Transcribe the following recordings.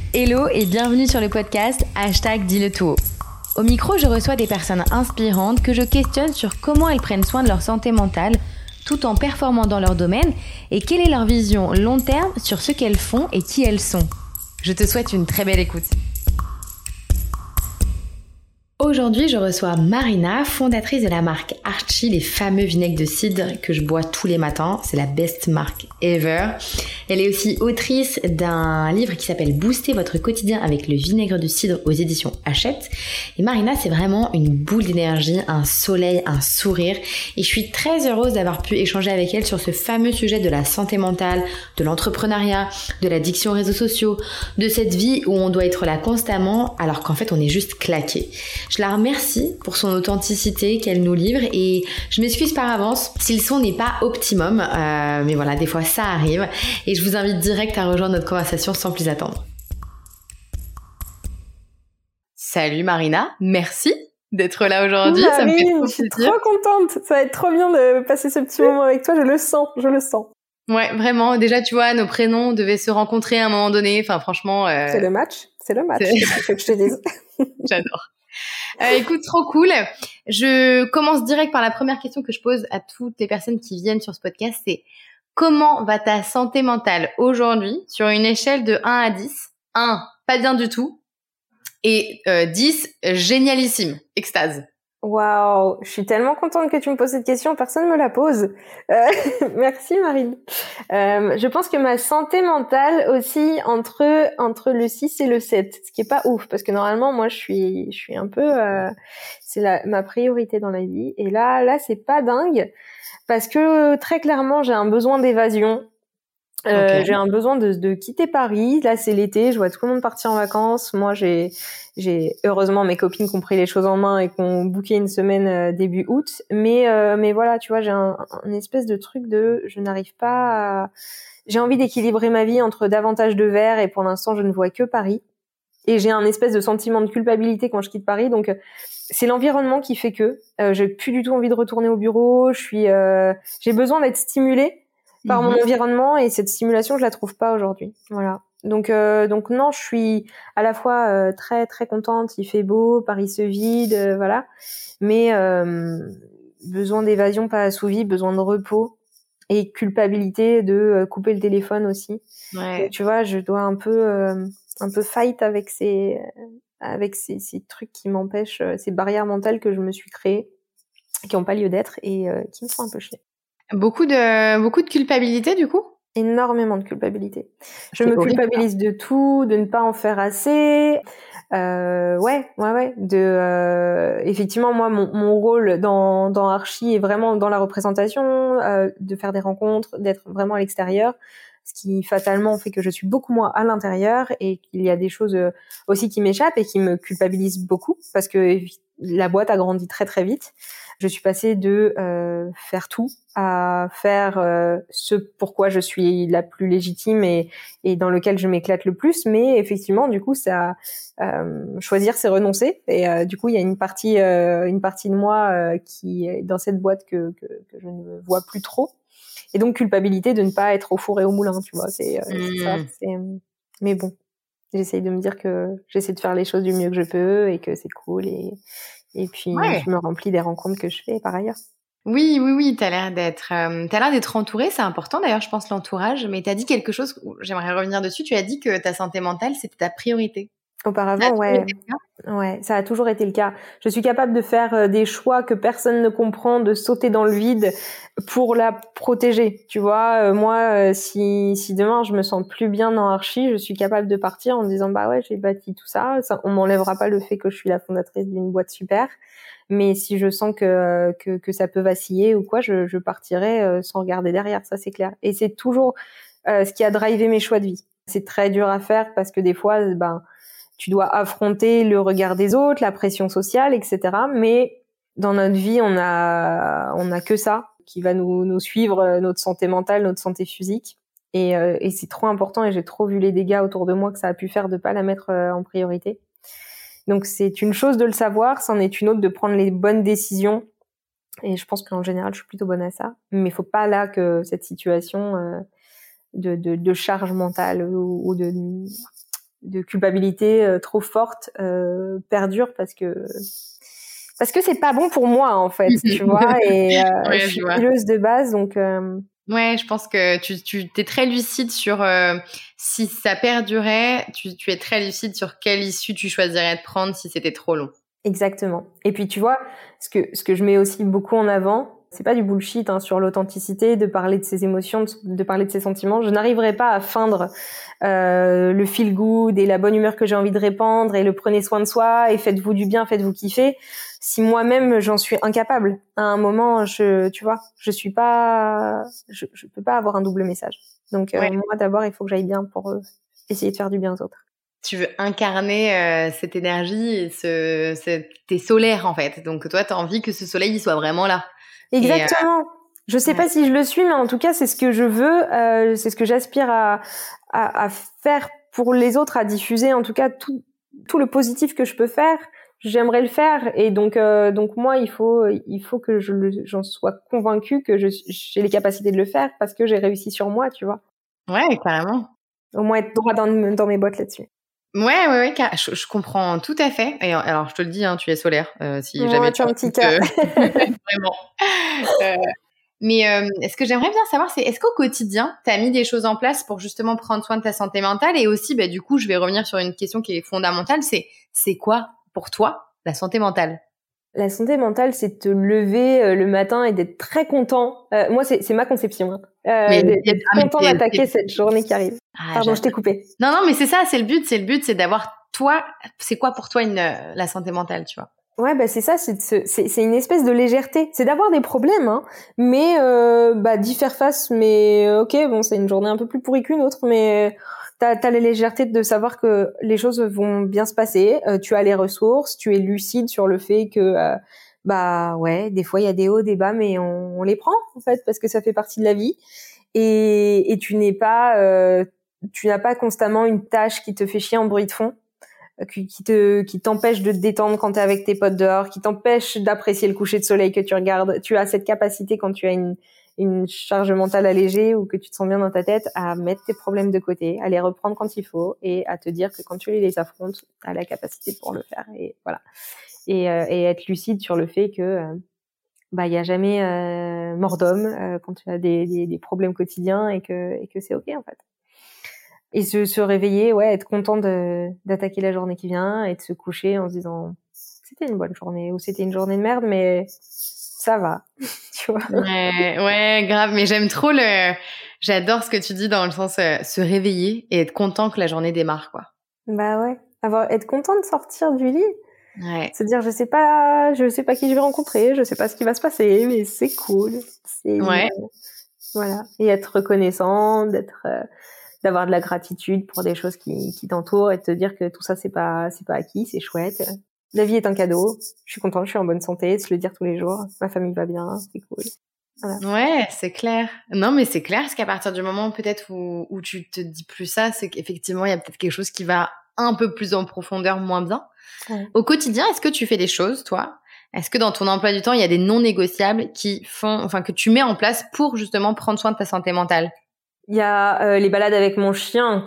Hello et bienvenue sur le podcast #dis-le tout haut. Au micro, je reçois des personnes inspirantes que je questionne sur comment elles prennent soin de leur santé mentale tout en performant dans leur domaine et quelle est leur vision long terme sur ce qu'elles font et qui elles sont. Je te souhaite une très belle écoute. Aujourd'hui, je reçois Marina, fondatrice de la marque Archie, les fameux vinaigres de cidre que je bois tous les matins. C'est la best marque ever. Elle est aussi autrice d'un livre qui s'appelle Booster votre quotidien avec le vinaigre de cidre aux éditions Hachette. Et Marina, c'est vraiment une boule d'énergie, un soleil, un sourire. Et je suis très heureuse d'avoir pu échanger avec elle sur ce fameux sujet de la santé mentale, de l'entrepreneuriat, de l'addiction aux réseaux sociaux, de cette vie où on doit être là constamment alors qu'en fait on est juste claqué. Je la remercie pour son authenticité qu'elle nous livre et je m'excuse par avance si le son n'est pas optimum, mais voilà, des fois ça arrive et je vous invite direct à rejoindre notre conversation sans plus attendre. Salut Marina, merci d'être là aujourd'hui. Ça me fait trop plaisir. Je suis trop contente, ça va être trop bien de passer ce petit moment avec toi, je le sens. Ouais, vraiment, déjà tu vois, nos prénoms devaient se rencontrer à un moment donné, enfin franchement... C'est le match, c'est ce que je te dise. J'adore. Écoute, trop cool. Je commence direct par la première question que je pose à toutes les personnes qui viennent sur ce podcast, c'est comment va ta santé mentale aujourd'hui sur une échelle de 1 à 10 1, pas bien du tout, et 10, génialissime, extase. Waouh, je suis tellement contente que tu me poses cette question, personne me la pose. Merci Marine. Je pense que ma santé mentale aussi entre le 6 et le 7, ce qui est pas ouf parce que normalement moi je suis un peu c'est ma priorité dans la vie et là c'est pas dingue parce que très clairement j'ai un besoin d'évasion. Okay. J'ai un besoin de quitter Paris. Là, c'est l'été. Je vois tout le monde partir en vacances. Moi, j'ai heureusement mes copines qui ont pris les choses en main et qui ont booké une semaine début août. Mais voilà, tu vois, j'ai un espèce de truc je n'arrive pas à... J'ai envie d'équilibrer ma vie entre davantage de verre et pour l'instant, je ne vois que Paris. Et j'ai un espèce de sentiment de culpabilité quand je quitte Paris. Donc, c'est l'environnement qui fait que j'ai plus du tout envie de retourner au bureau. J'ai besoin d'être stimulée par mon environnement et cette stimulation je la trouve pas aujourd'hui. Voilà. Donc non, je suis à la fois très très contente, il fait beau, Paris se vide, voilà. Mais besoin d'évasion pas assouvi, besoin de repos et culpabilité de couper le téléphone aussi. Ouais. Donc, tu vois, je dois un peu fight avec ces trucs qui m'empêchent, ces barrières mentales que je me suis créées qui ont pas lieu d'être et qui me font un peu chier. Beaucoup de culpabilité, du coup? Énormément de culpabilité. Je me culpabilise de tout, de ne pas en faire assez. Ouais. Effectivement, moi, mon rôle dans Archie est vraiment dans la représentation, de faire des rencontres, d'être vraiment à l'extérieur. Ce qui fatalement fait que je suis beaucoup moins à l'intérieur et qu'il y a des choses aussi qui m'échappent et qui me culpabilisent beaucoup parce que la boîte a grandi très très vite. Je suis passée de faire tout à faire ce pourquoi je suis la plus légitime et dans lequel je m'éclate le plus. Mais effectivement, du coup, ça choisir, c'est renoncer. Et du coup, il y a une partie de moi qui est dans cette boîte que je ne vois plus trop. Et donc culpabilité de ne pas être au four et au moulin, tu vois. C'est ça. Mais bon, j'essaye de me dire que j'essaie de faire les choses du mieux que je peux et que c'est cool et puis je me remplis des rencontres que je fais par ailleurs. Oui, t'as l'air d'être entourée, c'est important d'ailleurs, je pense, l'entourage, mais t'as dit quelque chose, j'aimerais revenir dessus, tu as dit que ta santé mentale, c'était ta priorité. Auparavant, ouais, ça a toujours été le cas. Je suis capable de faire des choix que personne ne comprend, de sauter dans le vide pour la protéger. Tu vois, moi, si demain je me sens plus bien dans Archie, je suis capable de partir en me disant bah ouais, j'ai bâti tout ça. On m'enlèvera pas le fait que je suis la fondatrice d'une boîte super. Mais si je sens que ça peut vaciller ou quoi, je partirai sans regarder derrière, ça c'est clair. Et c'est toujours ce qui a drivé mes choix de vie. C'est très dur à faire parce que des fois, tu dois affronter le regard des autres, la pression sociale, etc. Mais dans notre vie, on a que ça qui va nous suivre, notre santé mentale, notre santé physique. Et c'est trop important et j'ai trop vu les dégâts autour de moi que ça a pu faire de pas la mettre en priorité. Donc c'est une chose de le savoir, c'en est une autre de prendre les bonnes décisions. Et je pense qu'en général, je suis plutôt bonne à ça. Mais il faut pas là que cette situation de charge mentale ou de culpabilité trop forte perdure parce que c'est pas bon pour moi en fait, tu vois, et Ouais, je suis pileuse de base, donc ouais, je pense que tu t'es très lucide sur si ça perdurait, tu es très lucide sur quelle issue tu choisirais de prendre si c'était trop long. exactement. Et puis tu vois, ce que je mets aussi beaucoup en avant, c'est pas du bullshit sur l'authenticité, de parler de ses émotions, de parler de ses sentiments. Je n'arriverai pas à feindre le feel good et la bonne humeur que j'ai envie de répandre et le prenez soin de soi et faites-vous du bien, faites-vous kiffer, si moi-même j'en suis incapable. À un moment, tu vois, je peux pas avoir un double message. Donc moi d'abord, il faut que j'aille bien pour essayer de faire du bien aux autres. Tu veux incarner cette énergie et t'es solaire en fait. Donc toi, t'as envie que ce soleil il soit vraiment là. Exactement. Je sais pas si je le suis, mais en tout cas, c'est ce que je veux, c'est ce que j'aspire à faire pour les autres, à diffuser en tout cas tout le positif que je peux faire. J'aimerais le faire, et donc moi, il faut que j'en sois convaincue que j'ai les capacités de le faire parce que j'ai réussi sur moi, tu vois. Ouais, carrément. Au moins être droit dans mes bottes là-dessus. Ouais, je comprends tout à fait. Et alors, je te le dis, tu es solaire. Si jamais tu as un petit cœur. Vraiment. Mais ce que j'aimerais bien savoir, c'est est-ce qu'au quotidien, tu as mis des choses en place pour justement prendre soin de ta santé mentale? Et aussi, du coup, je vais revenir sur une question qui est fondamentale, c'est quoi pour toi la santé mentale? La santé mentale, c'est de te lever le matin et d'être très content. Moi, c'est ma conception. D'être content d'attaquer cette journée qui arrive. Pardon, je t'ai coupé. Non, mais c'est ça, c'est le but, c'est d'avoir toi. C'est quoi pour toi la santé mentale, tu vois? Ouais, c'est ça, c'est une espèce de légèreté. C'est d'avoir des problèmes, mais d'y faire face. Mais ok, bon, c'est une journée un peu plus pourrie qu'une autre, mais t'as la légèreté de savoir que les choses vont bien se passer. Tu as les ressources, tu es lucide sur le fait que ouais, des fois il y a des hauts, des bas, mais on les prend en fait parce que ça fait partie de la vie. Et tu n'as pas constamment une tâche qui te fait chier en bruit de fond, qui t'empêche de te détendre quand t'es avec tes potes dehors, qui t'empêche d'apprécier le coucher de soleil que tu regardes. Tu as cette capacité quand tu as une charge mentale allégée ou que tu te sens bien dans ta tête à mettre tes problèmes de côté, à les reprendre quand il faut et à te dire que quand tu les affrontes, t'as la capacité pour le faire. Et voilà. Et être lucide sur le fait que il y a jamais mort d'homme quand tu as des problèmes quotidiens et que c'est ok en fait. Et se réveiller, être content d'attaquer la journée qui vient et de se coucher en se disant c'était une bonne journée ou c'était une journée de merde, mais ça va, tu vois. Ouais, grave. Mais j'adore ce que tu dis dans le sens se réveiller et être content que la journée démarre, quoi. Bah ouais, être content de sortir du lit. Ouais. Se dire je sais pas qui je vais rencontrer, je sais pas ce qui va se passer, mais c'est cool. Voilà. Et être reconnaissant, d'avoir de la gratitude pour des choses qui t'entourent et de te dire que tout ça c'est pas acquis, c'est chouette. La vie est un cadeau. Je suis contente, je suis en bonne santé, se le dire tous les jours. Ma famille va bien, c'est cool. Voilà. Ouais, c'est clair. Non, mais c'est clair, parce qu'à partir du moment peut-être où tu te dis plus ça, c'est qu'effectivement il y a peut-être quelque chose qui va un peu plus en profondeur, moins bien. Ouais. Au quotidien, est-ce que tu fais des choses, toi? Est-ce que dans ton emploi du temps, il y a des non négociables que tu mets en place pour justement prendre soin de ta santé mentale? Il y a les balades avec mon chien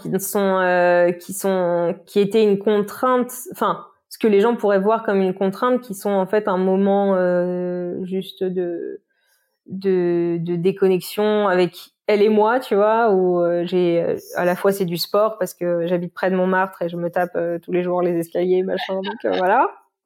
qui étaient une contrainte, enfin ce que les gens pourraient voir comme une contrainte, qui sont en fait un moment juste de déconnexion avec elle et moi, tu vois, où j'ai à la fois c'est du sport parce que j'habite près de Montmartre et je me tape tous les jours les escaliers machin, donc voilà.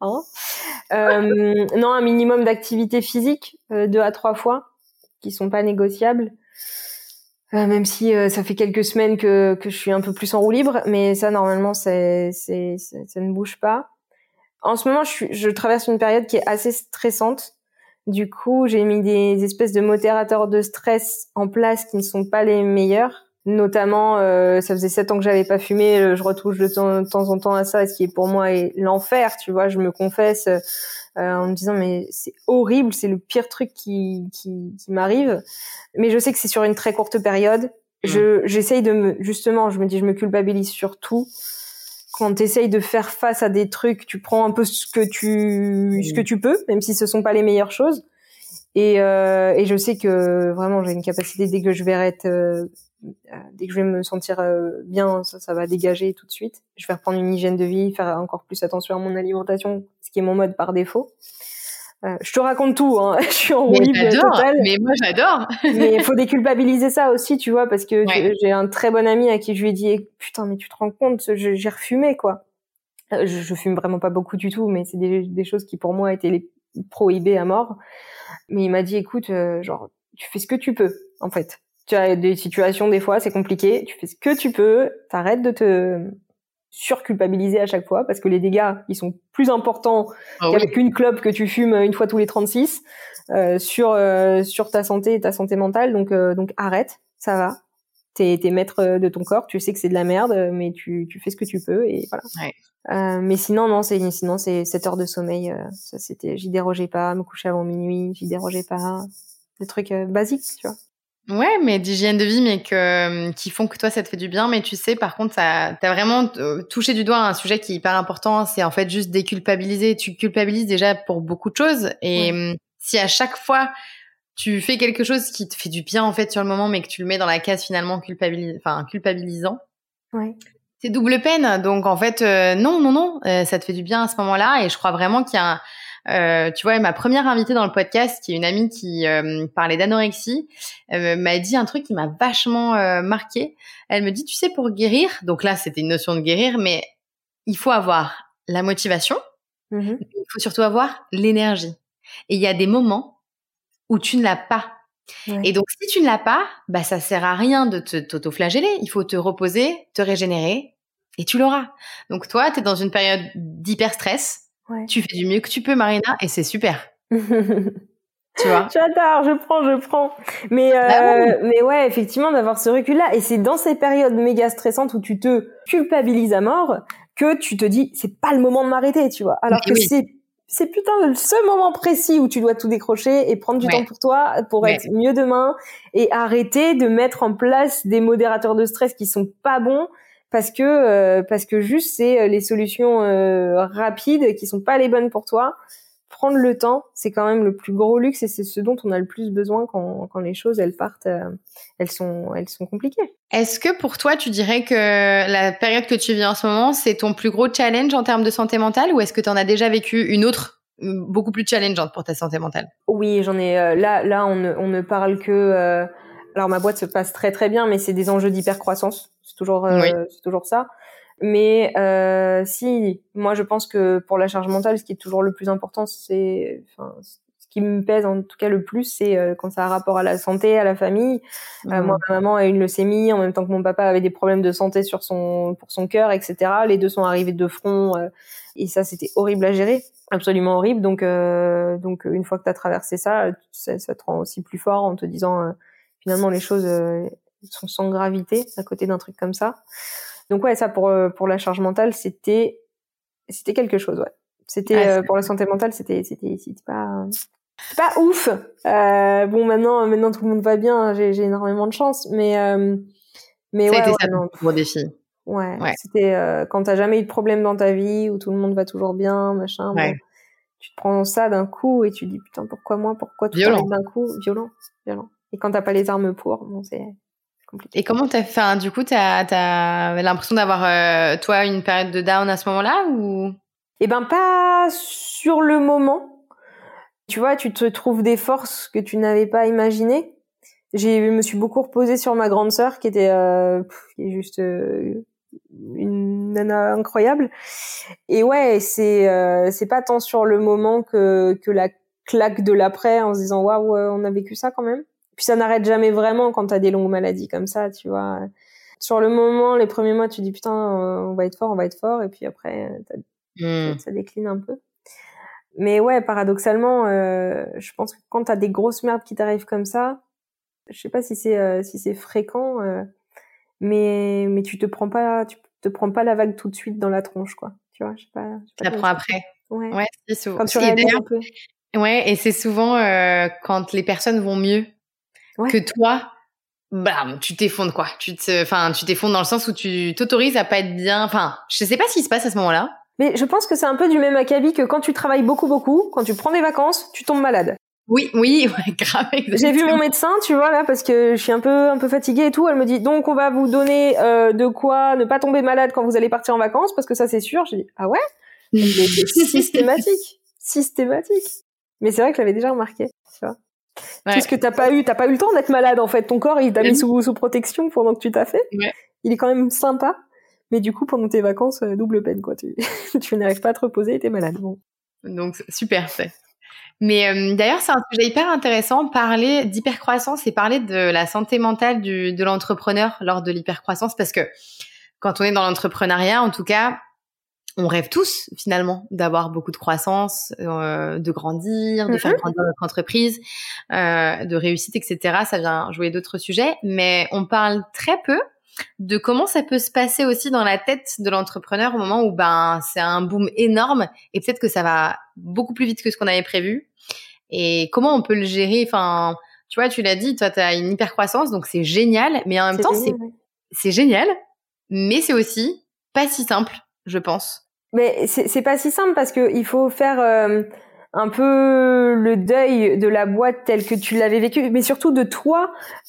Non, un minimum d'activité physique 2 à 3 fois qui sont pas négociables. Même si ça fait quelques semaines que je suis un peu plus en roue libre, mais ça normalement ça ne bouge pas. En ce moment, je traverse une période qui est assez stressante. Du coup, j'ai mis des espèces de modérateurs de stress en place qui ne sont pas les meilleurs. Notamment, ça faisait 7 ans que j'avais pas fumé, je retouche de temps en temps à ça, ce qui est pour moi l'enfer, tu vois. Je me confesse en me disant mais c'est horrible, c'est le pire truc qui m'arrive. Mais je sais que c'est sur une très courte période. J'essaye justement, je me dis je me culpabilise sur tout. Quand t'essayes de faire face à des trucs, tu prends un peu ce que tu peux, même si ce sont pas les meilleures choses. Et je sais que vraiment j'ai une capacité, dès que je vais être dès que je vais me sentir bien, ça va dégager tout de suite. Je vais reprendre une hygiène de vie, faire encore plus attention à mon alimentation, ce qui est mon mode par défaut. Je te raconte tout, hein. Je suis en roue libre totale. Mais moi, j'adore. Mais il faut déculpabiliser ça aussi, tu vois, parce que j'ai un très bon ami à qui je lui ai dit, putain, mais tu te rends compte, j'ai refumé, quoi. Je fume vraiment pas beaucoup du tout, mais c'est des choses qui pour moi étaient les prohibées à mort. Mais il m'a dit, écoute, genre, tu fais ce que tu peux, en fait. Tu as des situations, des fois, c'est compliqué. Tu fais ce que tu peux. T'arrêtes de te surculpabiliser à chaque fois parce que les dégâts, ils sont plus importants qu'avec une clope que tu fumes une fois tous les 36 sur ta santé et ta santé mentale. Donc arrête, ça va. T'es maître de ton corps. Tu sais que c'est de la merde, mais tu fais ce que tu peux et voilà. Ouais. Mais sinon c'est 7 heures de sommeil. Ça j'y dérogeais pas. Me coucher avant minuit, j'y dérogeais pas. Des trucs basiques, tu vois. Ouais, mais d'hygiène de vie, mais qui font que toi, ça te fait du bien. Mais tu sais, par contre, t'as vraiment touché du doigt un sujet qui est hyper important. C'est en fait juste déculpabiliser. Tu culpabilises déjà pour beaucoup de choses. Et si à chaque fois, tu fais quelque chose qui te fait du bien, en fait, sur le moment, mais que tu le mets dans la case finalement culpabilisant. Ouais. C'est double peine. Donc, en fait, non, ça te fait du bien à ce moment-là. Et je crois vraiment qu'il y a tu vois, ma première invitée dans le podcast, qui est une amie qui parlait d'anorexie, m'a dit un truc qui m'a vachement marqué. Elle me dit, tu sais, pour guérir, donc là, c'était une notion de guérir, mais il faut avoir la motivation, il faut surtout avoir l'énergie. Et il y a des moments où tu ne l'as pas. Ouais. Et donc, si tu ne l'as pas, bah, ça sert à rien de t'auto-flageller. Il faut te reposer, te régénérer, et tu l'auras. Donc, toi, t'es dans une période d'hyper-stress. Ouais. Tu fais du mieux que tu peux, Marina, et c'est super. Tu vois. J'adore, je prends. Mais ouais, effectivement, d'avoir ce recul-là. Et c'est dans ces périodes méga stressantes où tu te culpabilises à mort que tu te dis, c'est pas le moment de m'arrêter, tu vois. Alors que c'est putain ce moment précis où tu dois tout décrocher et prendre du temps pour toi, pour être mieux demain et arrêter de mettre en place des modérateurs de stress qui sont pas bons. Parce que juste c'est les solutions rapides qui sont pas les bonnes pour toi. Prendre le temps, c'est quand même le plus gros luxe et c'est ce dont on a le plus besoin quand les choses elles partent, elles sont compliquées. Est-ce que pour toi tu dirais que la période que tu vis en ce moment c'est ton plus gros challenge en termes de santé mentale ou est-ce que tu en as déjà vécu une autre beaucoup plus challengeante pour ta santé mentale? Oui, j'en ai là on ne parle que alors ma boîte se passe très très bien mais c'est des enjeux d'hypercroissance. C'est toujours ça. Mais si, moi je pense que pour la charge mentale, ce qui est toujours le plus important, ce qui me pèse en tout cas le plus, c'est quand ça a rapport à la santé, à la famille. Moi, ma maman a une leucémie, en même temps que mon papa avait des problèmes de santé pour son cœur, etc. Les deux sont arrivés de front, et ça c'était horrible à gérer, absolument horrible. Donc une fois que tu as traversé ça te rend aussi plus fort en te disant finalement les choses sont sans gravité à côté d'un truc comme ça. Donc ouais, ça pour la charge mentale, c'était quelque chose, ouais. C'était pour la santé mentale, c'était pas ouf. Bon maintenant tout le monde va bien, j'ai énormément de chance, mais ça a été ça le gros défi. Ouais. C'était quand t'as jamais eu de problème dans ta vie où tout le monde va toujours bien, machin. Bon, tu te prends ça d'un coup et tu te dis putain pourquoi tout arrive d'un coup, violent. Et quand t'as pas les armes pour, bon c'est compliqué. Et comment t'as fait, du coup, t'as l'impression d'avoir, toi, une période de down à ce moment-là ou? Eh ben, pas sur le moment. Tu vois, tu te trouves des forces que tu n'avais pas imaginées. Je me suis beaucoup reposée sur ma grande sœur qui était, qui est juste, une nana incroyable. Et ouais, c'est pas tant sur le moment que la claque de l'après en se disant waouh, on a vécu ça quand même. Puis ça n'arrête jamais vraiment quand t'as des longues maladies comme ça, tu vois. Sur le moment, les premiers mois, tu dis putain, on va être fort, et puis après, ça décline un peu. Mais ouais, paradoxalement, je pense que quand t'as des grosses merdes qui t'arrivent comme ça, je sais pas si c'est fréquent, mais tu te prends pas la vague tout de suite dans la tronche, quoi. Tu vois, je sais pas. Ça prend après. Ouais, c'est souvent. Quand tu réalises un peu. Ouais, et c'est souvent quand les personnes vont mieux que toi, bam, tu t'effondres, quoi. Tu t'effondres dans le sens où tu t'autorises à pas être bien. Enfin, je sais pas ce qui se passe à ce moment-là. Mais je pense que c'est un peu du même acabit que quand tu travailles beaucoup, quand tu prends des vacances, tu tombes malade. Oui, ouais, grave. Exactement. J'ai vu mon médecin, tu vois, là, parce que je suis un peu fatiguée et tout. Elle me dit, donc, on va vous donner de quoi ne pas tomber malade quand vous allez partir en vacances, parce que ça, c'est sûr. J'ai dit, ah ouais? Elle me dit, c'est systématique. Mais c'est vrai que je l'avais déjà remarqué, tu vois. Ouais. Tout ce que t'as pas eu le temps d'être malade, en fait. Ton corps, il t'a mis sous protection pendant que tu t'as fait. Ouais. Il est quand même sympa. Mais du coup, pendant tes vacances, double peine, quoi. Tu n'arrives pas à te reposer et t'es malade. Bon. Donc, super, fait. Mais d'ailleurs, c'est un sujet hyper intéressant, parler d'hypercroissance et parler de la santé mentale de l'entrepreneur lors de l'hypercroissance, parce que quand on est dans l'entrepreneuriat, en tout cas, on rêve tous finalement d'avoir beaucoup de croissance, de grandir, de faire grandir notre entreprise, de réussite, etc. Ça vient jouer d'autres sujets, mais on parle très peu de comment ça peut se passer aussi dans la tête de l'entrepreneur au moment où c'est un boom énorme et peut-être que ça va beaucoup plus vite que ce qu'on avait prévu, et comment on peut le gérer. Enfin, tu vois, tu l'as dit, toi t'as une hyper croissance, donc c'est génial, mais en même temps c'est génial, mais c'est aussi pas si simple, je pense. Mais c'est pas si simple parce que il faut faire un peu le deuil de la boîte telle que tu l'avais vécue, mais surtout de toi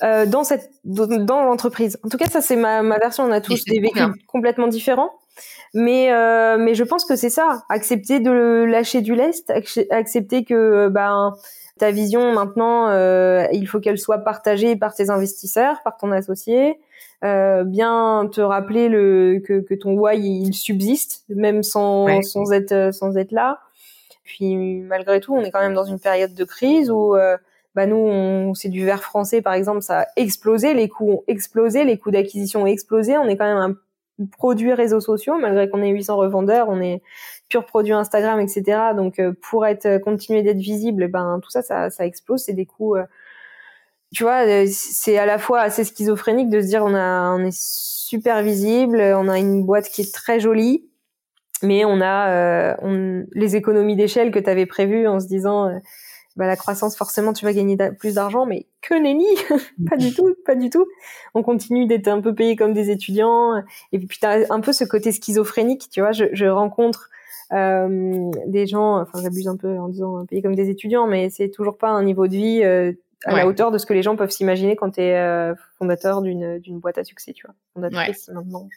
dans l'entreprise. En tout cas, ça c'est ma version. On a tous des vécus complètement différents, mais je pense que c'est ça. Accepter de lâcher du lest, accepter que ta vision maintenant, il faut qu'elle soit partagée par tes investisseurs, par ton associé. Bien te rappeler que ton why il subsiste même sans être là. Puis malgré tout, on est quand même dans une période de crise où nous c'est du verre français par exemple, ça a explosé, les coûts ont explosé, les coûts d'acquisition ont explosé. On est quand même un produit réseaux sociaux, malgré qu'on ait 800 revendeurs, on est pur produit Instagram, etc. Donc pour continuer d'être visible, tout ça explose, c'est des coûts. Tu vois, c'est à la fois assez schizophrénique de se dire on est super visible, on a une boîte qui est très jolie, mais on a les économies d'échelle que tu avais prévues en se disant la croissance, forcément tu vas gagner plus d'argent, mais que nenni. Pas du tout. On continue d'être un peu payé comme des étudiants, et puis tu as un peu ce côté schizophrénique, tu vois. Je rencontre des gens, enfin j'abuse un peu en disant payé comme des étudiants, mais c'est toujours pas un niveau de vie à la hauteur de ce que les gens peuvent s'imaginer quand tu es fondateur d'une boîte à succès, tu vois. Fondatrice maintenant.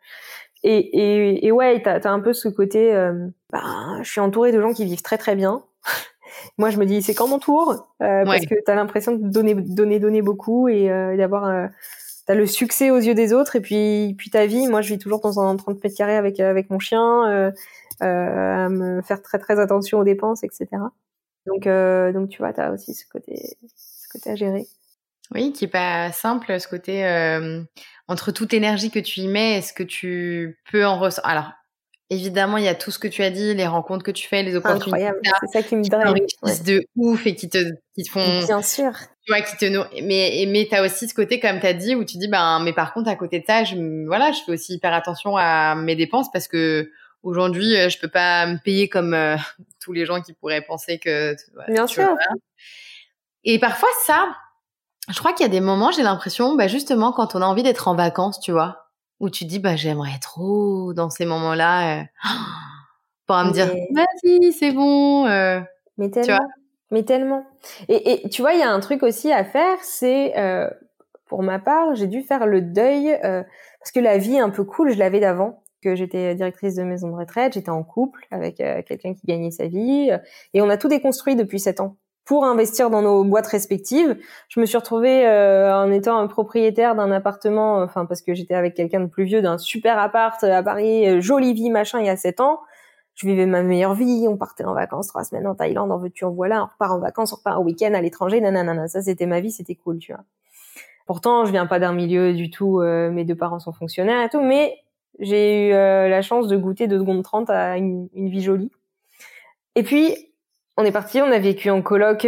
Et ouais, t'as un peu ce côté je suis entourée de gens qui vivent très très bien. Moi je me dis c'est quand mon tour, parce que t'as l'impression de donner beaucoup et d'avoir t'as le succès aux yeux des autres, et puis ta vie. Moi je vis toujours dans un 30 mètres carrés avec mon chien, à me faire très très attention aux dépenses, etc. Donc tu vois, t'as aussi ce côté à gérer. Oui, qui est pas simple, ce côté entre toute énergie que tu y mets, est-ce que tu peux en ressortir. Alors, évidemment, il y a tout ce que tu as dit, les rencontres que tu fais, les opportunités. Incroyable, c'est ça qui me draine. Qui de ouf et qui te font. Bien sûr. Tu vois, qui te mais t'as aussi ce côté, comme t'as dit, où tu dis, mais par contre, à côté de ça, je fais aussi hyper attention à mes dépenses, parce que aujourd'hui, je peux pas me payer comme tous les gens qui pourraient penser que. Bien sûr. Vois, et parfois, ça, je crois qu'il y a des moments, j'ai l'impression, justement, quand on a envie d'être en vacances, tu vois, où tu dis, j'aimerais trop, dans ces moments-là, pour me dire, vas-y, c'est bon. Mais tellement. Tu vois. Mais tellement. Et tu vois, il y a un truc aussi à faire, c'est, pour ma part, j'ai dû faire le deuil, parce que la vie un peu cool, je l'avais d'avant, que j'étais directrice de maison de retraite, j'étais en couple avec quelqu'un qui gagnait sa vie, et on a tout déconstruit depuis 7 ans. Pour investir dans nos boîtes respectives, je me suis retrouvée en étant un propriétaire d'un appartement, parce que j'étais avec quelqu'un de plus vieux, d'un super appart à Paris, jolie vie, machin, il y a 7 ans. Je vivais ma meilleure vie, on partait en vacances 3 semaines en Thaïlande, en veux-tu, en voilà, on repart en vacances, on repart en week-end à l'étranger, nanana, ça c'était ma vie, c'était cool, tu vois. Pourtant, je viens pas d'un milieu du tout, mes 2 parents sont fonctionnaires et tout, mais j'ai eu la chance de goûter 2 secondes 30 à une vie jolie. Et puis, on est parti, on a vécu en coloc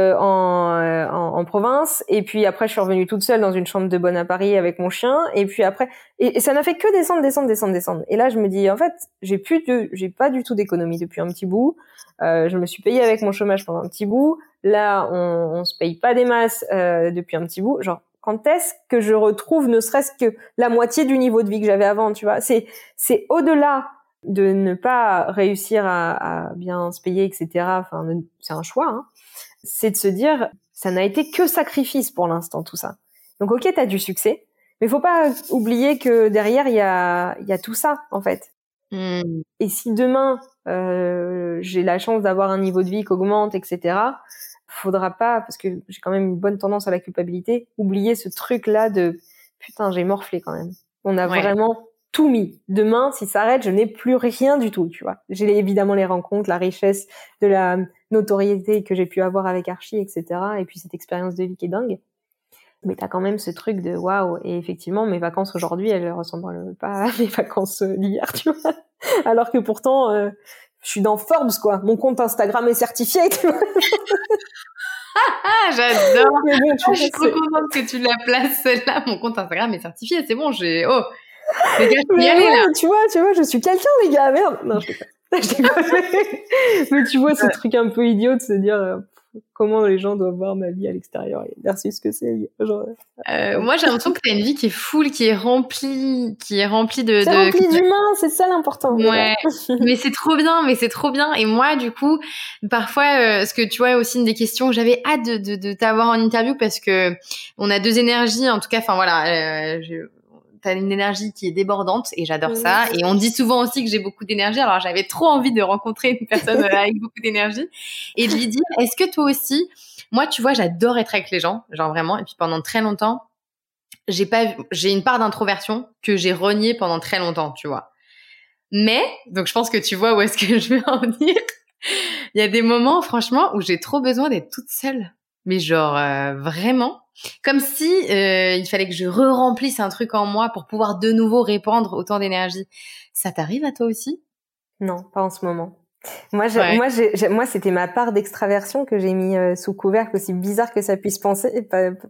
en province, et puis après je suis revenue toute seule dans une chambre de bonne à Paris avec mon chien, et puis après et ça n'a fait que descendre. Et là je me dis en fait j'ai pas du tout d'économie depuis un petit bout. Je me suis payée avec mon chômage pendant un petit bout. Là on se paye pas des masses depuis un petit bout. Genre quand est-ce que je retrouve ne serait-ce que la moitié du niveau de vie que j'avais avant, tu vois? C'est au-delà de ne pas réussir à bien se payer, etc. C'est un choix, hein. c'est de se dire, ça n'a été que sacrifice pour l'instant, tout ça. Donc, ok, t'as du succès, mais faut pas oublier que derrière, il y a tout ça, en fait. Et si demain, j'ai la chance d'avoir un niveau de vie qui augmente, etc., faudra pas, parce que j'ai quand même une bonne tendance à la culpabilité, oublier ce truc-là de putain, j'ai morflé quand même. On a vraiment tout mis. Demain, si ça arrête, je n'ai plus rien du tout, tu vois. J'ai évidemment les rencontres, la richesse de la notoriété que j'ai pu avoir avec Archie, etc. Et puis cette expérience de vie qui est dingue. Mais t'as quand même ce truc de waouh. Et effectivement, mes vacances aujourd'hui, elles ressemblent pas à mes vacances d'hier, tu vois. Alors que pourtant, je suis dans Forbes, quoi. Mon compte Instagram est certifié, tu vois. Ah, j'adore. Mais bon, je suis trop contente que tu la places celle-là. Mon compte Instagram est certifié, c'est bon, les gars, je peux y aller, là. Tu vois, je suis quelqu'un, les gars, merde. Non, je déconne. Mais tu vois, ce truc un peu idiot de se dire comment les gens doivent voir ma vie à l'extérieur versus ce que c'est. Genre, moi, j'ai l'impression que t'as une vie qui est full, qui est remplie C'est rempli d'humains, c'est ça l'important. Ouais, mais c'est trop bien. Et moi, du coup, parfois, ce que tu vois, aussi une des questions, j'avais hâte de t'avoir en interview parce que on a deux énergies, en tout cas, enfin voilà, t'as une énergie qui est débordante et j'adore ça. Et on dit souvent aussi que j'ai beaucoup d'énergie. Alors, j'avais trop envie de rencontrer une personne avec beaucoup d'énergie et de lui dire, est-ce que toi aussi, moi, tu vois, j'adore être avec les gens, genre vraiment. Et puis pendant très longtemps, j'ai une part d'introversion que j'ai reniée pendant très longtemps, tu vois. Mais, donc je pense que tu vois où est-ce que je veux en venir. Il y a des moments, franchement, où j'ai trop besoin d'être toute seule. Mais genre, vraiment. Comme si il fallait que je re-remplisse un truc en moi pour pouvoir de nouveau répandre autant d'énergie. Ça t'arrive à toi aussi? Non, pas en ce moment. Moi, c'était ma part d'extraversion que j'ai mis sous couvercle, aussi bizarre que ça puisse passer.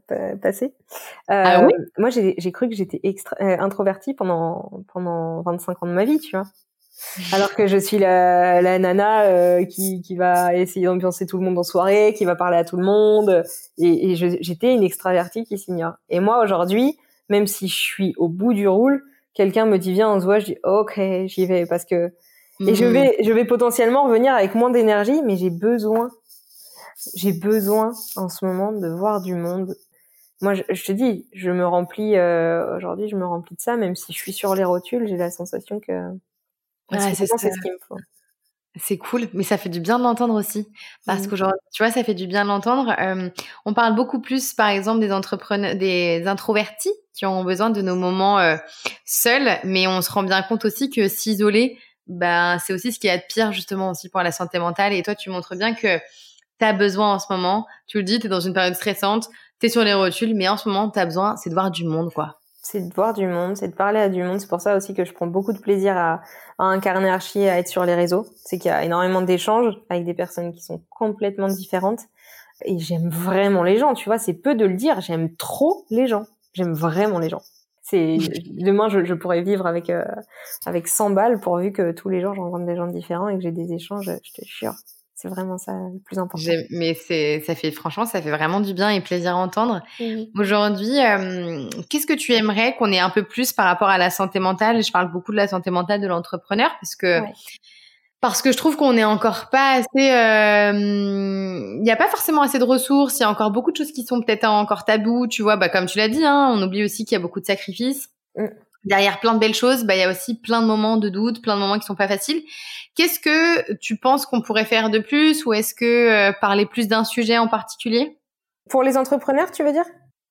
Ah oui? Moi, j'ai cru que j'étais introvertie pendant 25 ans de ma vie, tu vois. Alors que je suis la nana qui va essayer d'ambiancer tout le monde en soirée, qui va parler à tout le monde. Et j'étais une extravertie qui s'ignore. Et moi, aujourd'hui, même si je suis au bout du roule, quelqu'un me dit viens, on se voit, je dis ok, j'y vais parce que et je vais potentiellement revenir avec moins d'énergie, mais j'ai besoin en ce moment de voir du monde. Moi, je te dis, je me remplis aujourd'hui, je me remplis de ça, même si je suis sur les rotules, j'ai la sensation que c'est ce qu'il me faut. C'est cool, mais ça fait du bien de l'entendre aussi. Parce qu'aujourd'hui, tu vois, ça fait du bien de l'entendre. On parle beaucoup plus, par exemple, des entrepreneurs, des introvertis qui ont besoin de nos moments seuls, mais on se rend bien compte aussi que s'isoler, ben, c'est aussi ce qu'il y a de pire, justement, aussi pour la santé mentale. Et toi, tu montres bien que t'as besoin en ce moment. Tu le dis, t'es dans une période stressante, t'es sur les rotules, mais en ce moment, t'as besoin, c'est de voir du monde, quoi. C'est de voir du monde, c'est de parler à du monde. C'est pour ça aussi que je prends beaucoup de plaisir à incarner Archie, à être sur les réseaux. C'est qu'il y a énormément d'échanges avec des personnes qui sont complètement différentes. Et j'aime vraiment les gens, tu vois. C'est peu de le dire. J'aime trop les gens. J'aime vraiment les gens. Demain, je pourrais vivre avec 100 balles pourvu que tous les jours, je rencontre des gens différents et que j'ai des échanges. Je te jure. C'est vraiment ça le plus important. Mais franchement, ça fait vraiment du bien et plaisir à entendre. Aujourd'hui, qu'est-ce que tu aimerais qu'on ait un peu plus par rapport à la santé mentale? Je parle beaucoup de la santé mentale de l'entrepreneur parce que je trouve qu'on n'est encore pas assez, il n'y a pas forcément assez de ressources. Il y a encore beaucoup de choses qui sont peut-être encore tabous. Tu vois, bah, comme tu l'as dit, hein, on oublie aussi qu'il y a beaucoup de sacrifices. Derrière plein de belles choses, bah, il y a aussi plein de moments de doute, plein de moments qui sont pas faciles. Qu'est-ce que tu penses qu'on pourrait faire de plus, ou est-ce que parler plus d'un sujet en particulier? Pour les entrepreneurs, tu veux dire?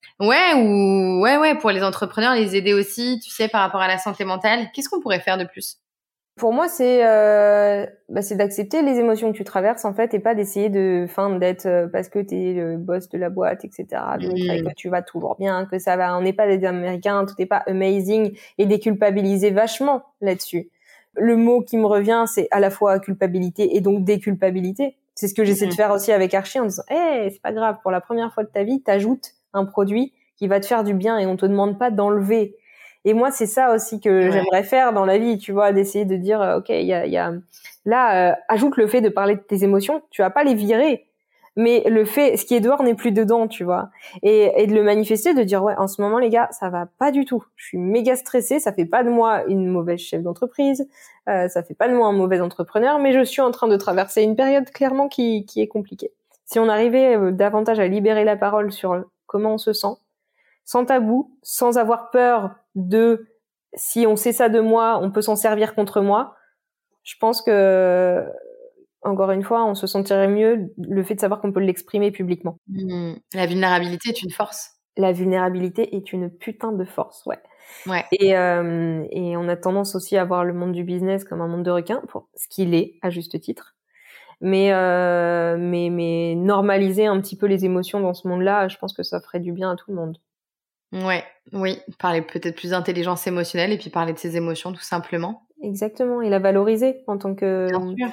Ouais, pour les entrepreneurs, les aider aussi, tu sais, par rapport à la santé mentale. Qu'est-ce qu'on pourrait faire de plus? Pour moi, c'est d'accepter les émotions que tu traverses, en fait, et pas d'essayer d'être parce que t'es le boss de la boîte, etc. De montrer que tu vas toujours bien, que ça va. On n'est pas des Américains, tout n'est pas amazing, et déculpabiliser vachement là-dessus. Le mot qui me revient, c'est à la fois culpabilité et donc déculpabilité. C'est ce que j'essaie de faire aussi avec Archie en disant, c'est pas grave, pour la première fois de ta vie, t'ajoutes un produit qui va te faire du bien et on te demande pas d'enlever. Et moi, c'est ça aussi que j'aimerais faire dans la vie, tu vois, d'essayer de dire, ok, il y a là, ajoute le fait de parler de tes émotions. Tu vas pas les virer, mais ce qui est dehors n'est plus dedans, tu vois. Et de le manifester, de dire, ouais, en ce moment, les gars, ça va pas du tout. Je suis méga stressée. Ça fait pas de moi une mauvaise chef d'entreprise. Ça fait pas de moi un mauvais entrepreneur, mais je suis en train de traverser une période clairement qui est compliquée. Si on arrivait davantage à libérer la parole sur comment on se sent, sans tabou, sans avoir peur de si on sait ça de moi, on peut s'en servir contre moi, je pense que, encore une fois, on se sentirait mieux le fait de savoir qu'on peut l'exprimer publiquement. La vulnérabilité est une force. La vulnérabilité est une putain de force, ouais. Ouais. Et on a tendance aussi à voir le monde du business comme un monde de requins, pour ce qu'il est, à juste titre. Mais normaliser un petit peu les émotions dans ce monde-là, je pense que ça ferait du bien à tout le monde. Ouais, oui, parler peut-être plus d'intelligence émotionnelle et puis parler de ses émotions tout simplement. Exactement, et la valoriser en tant que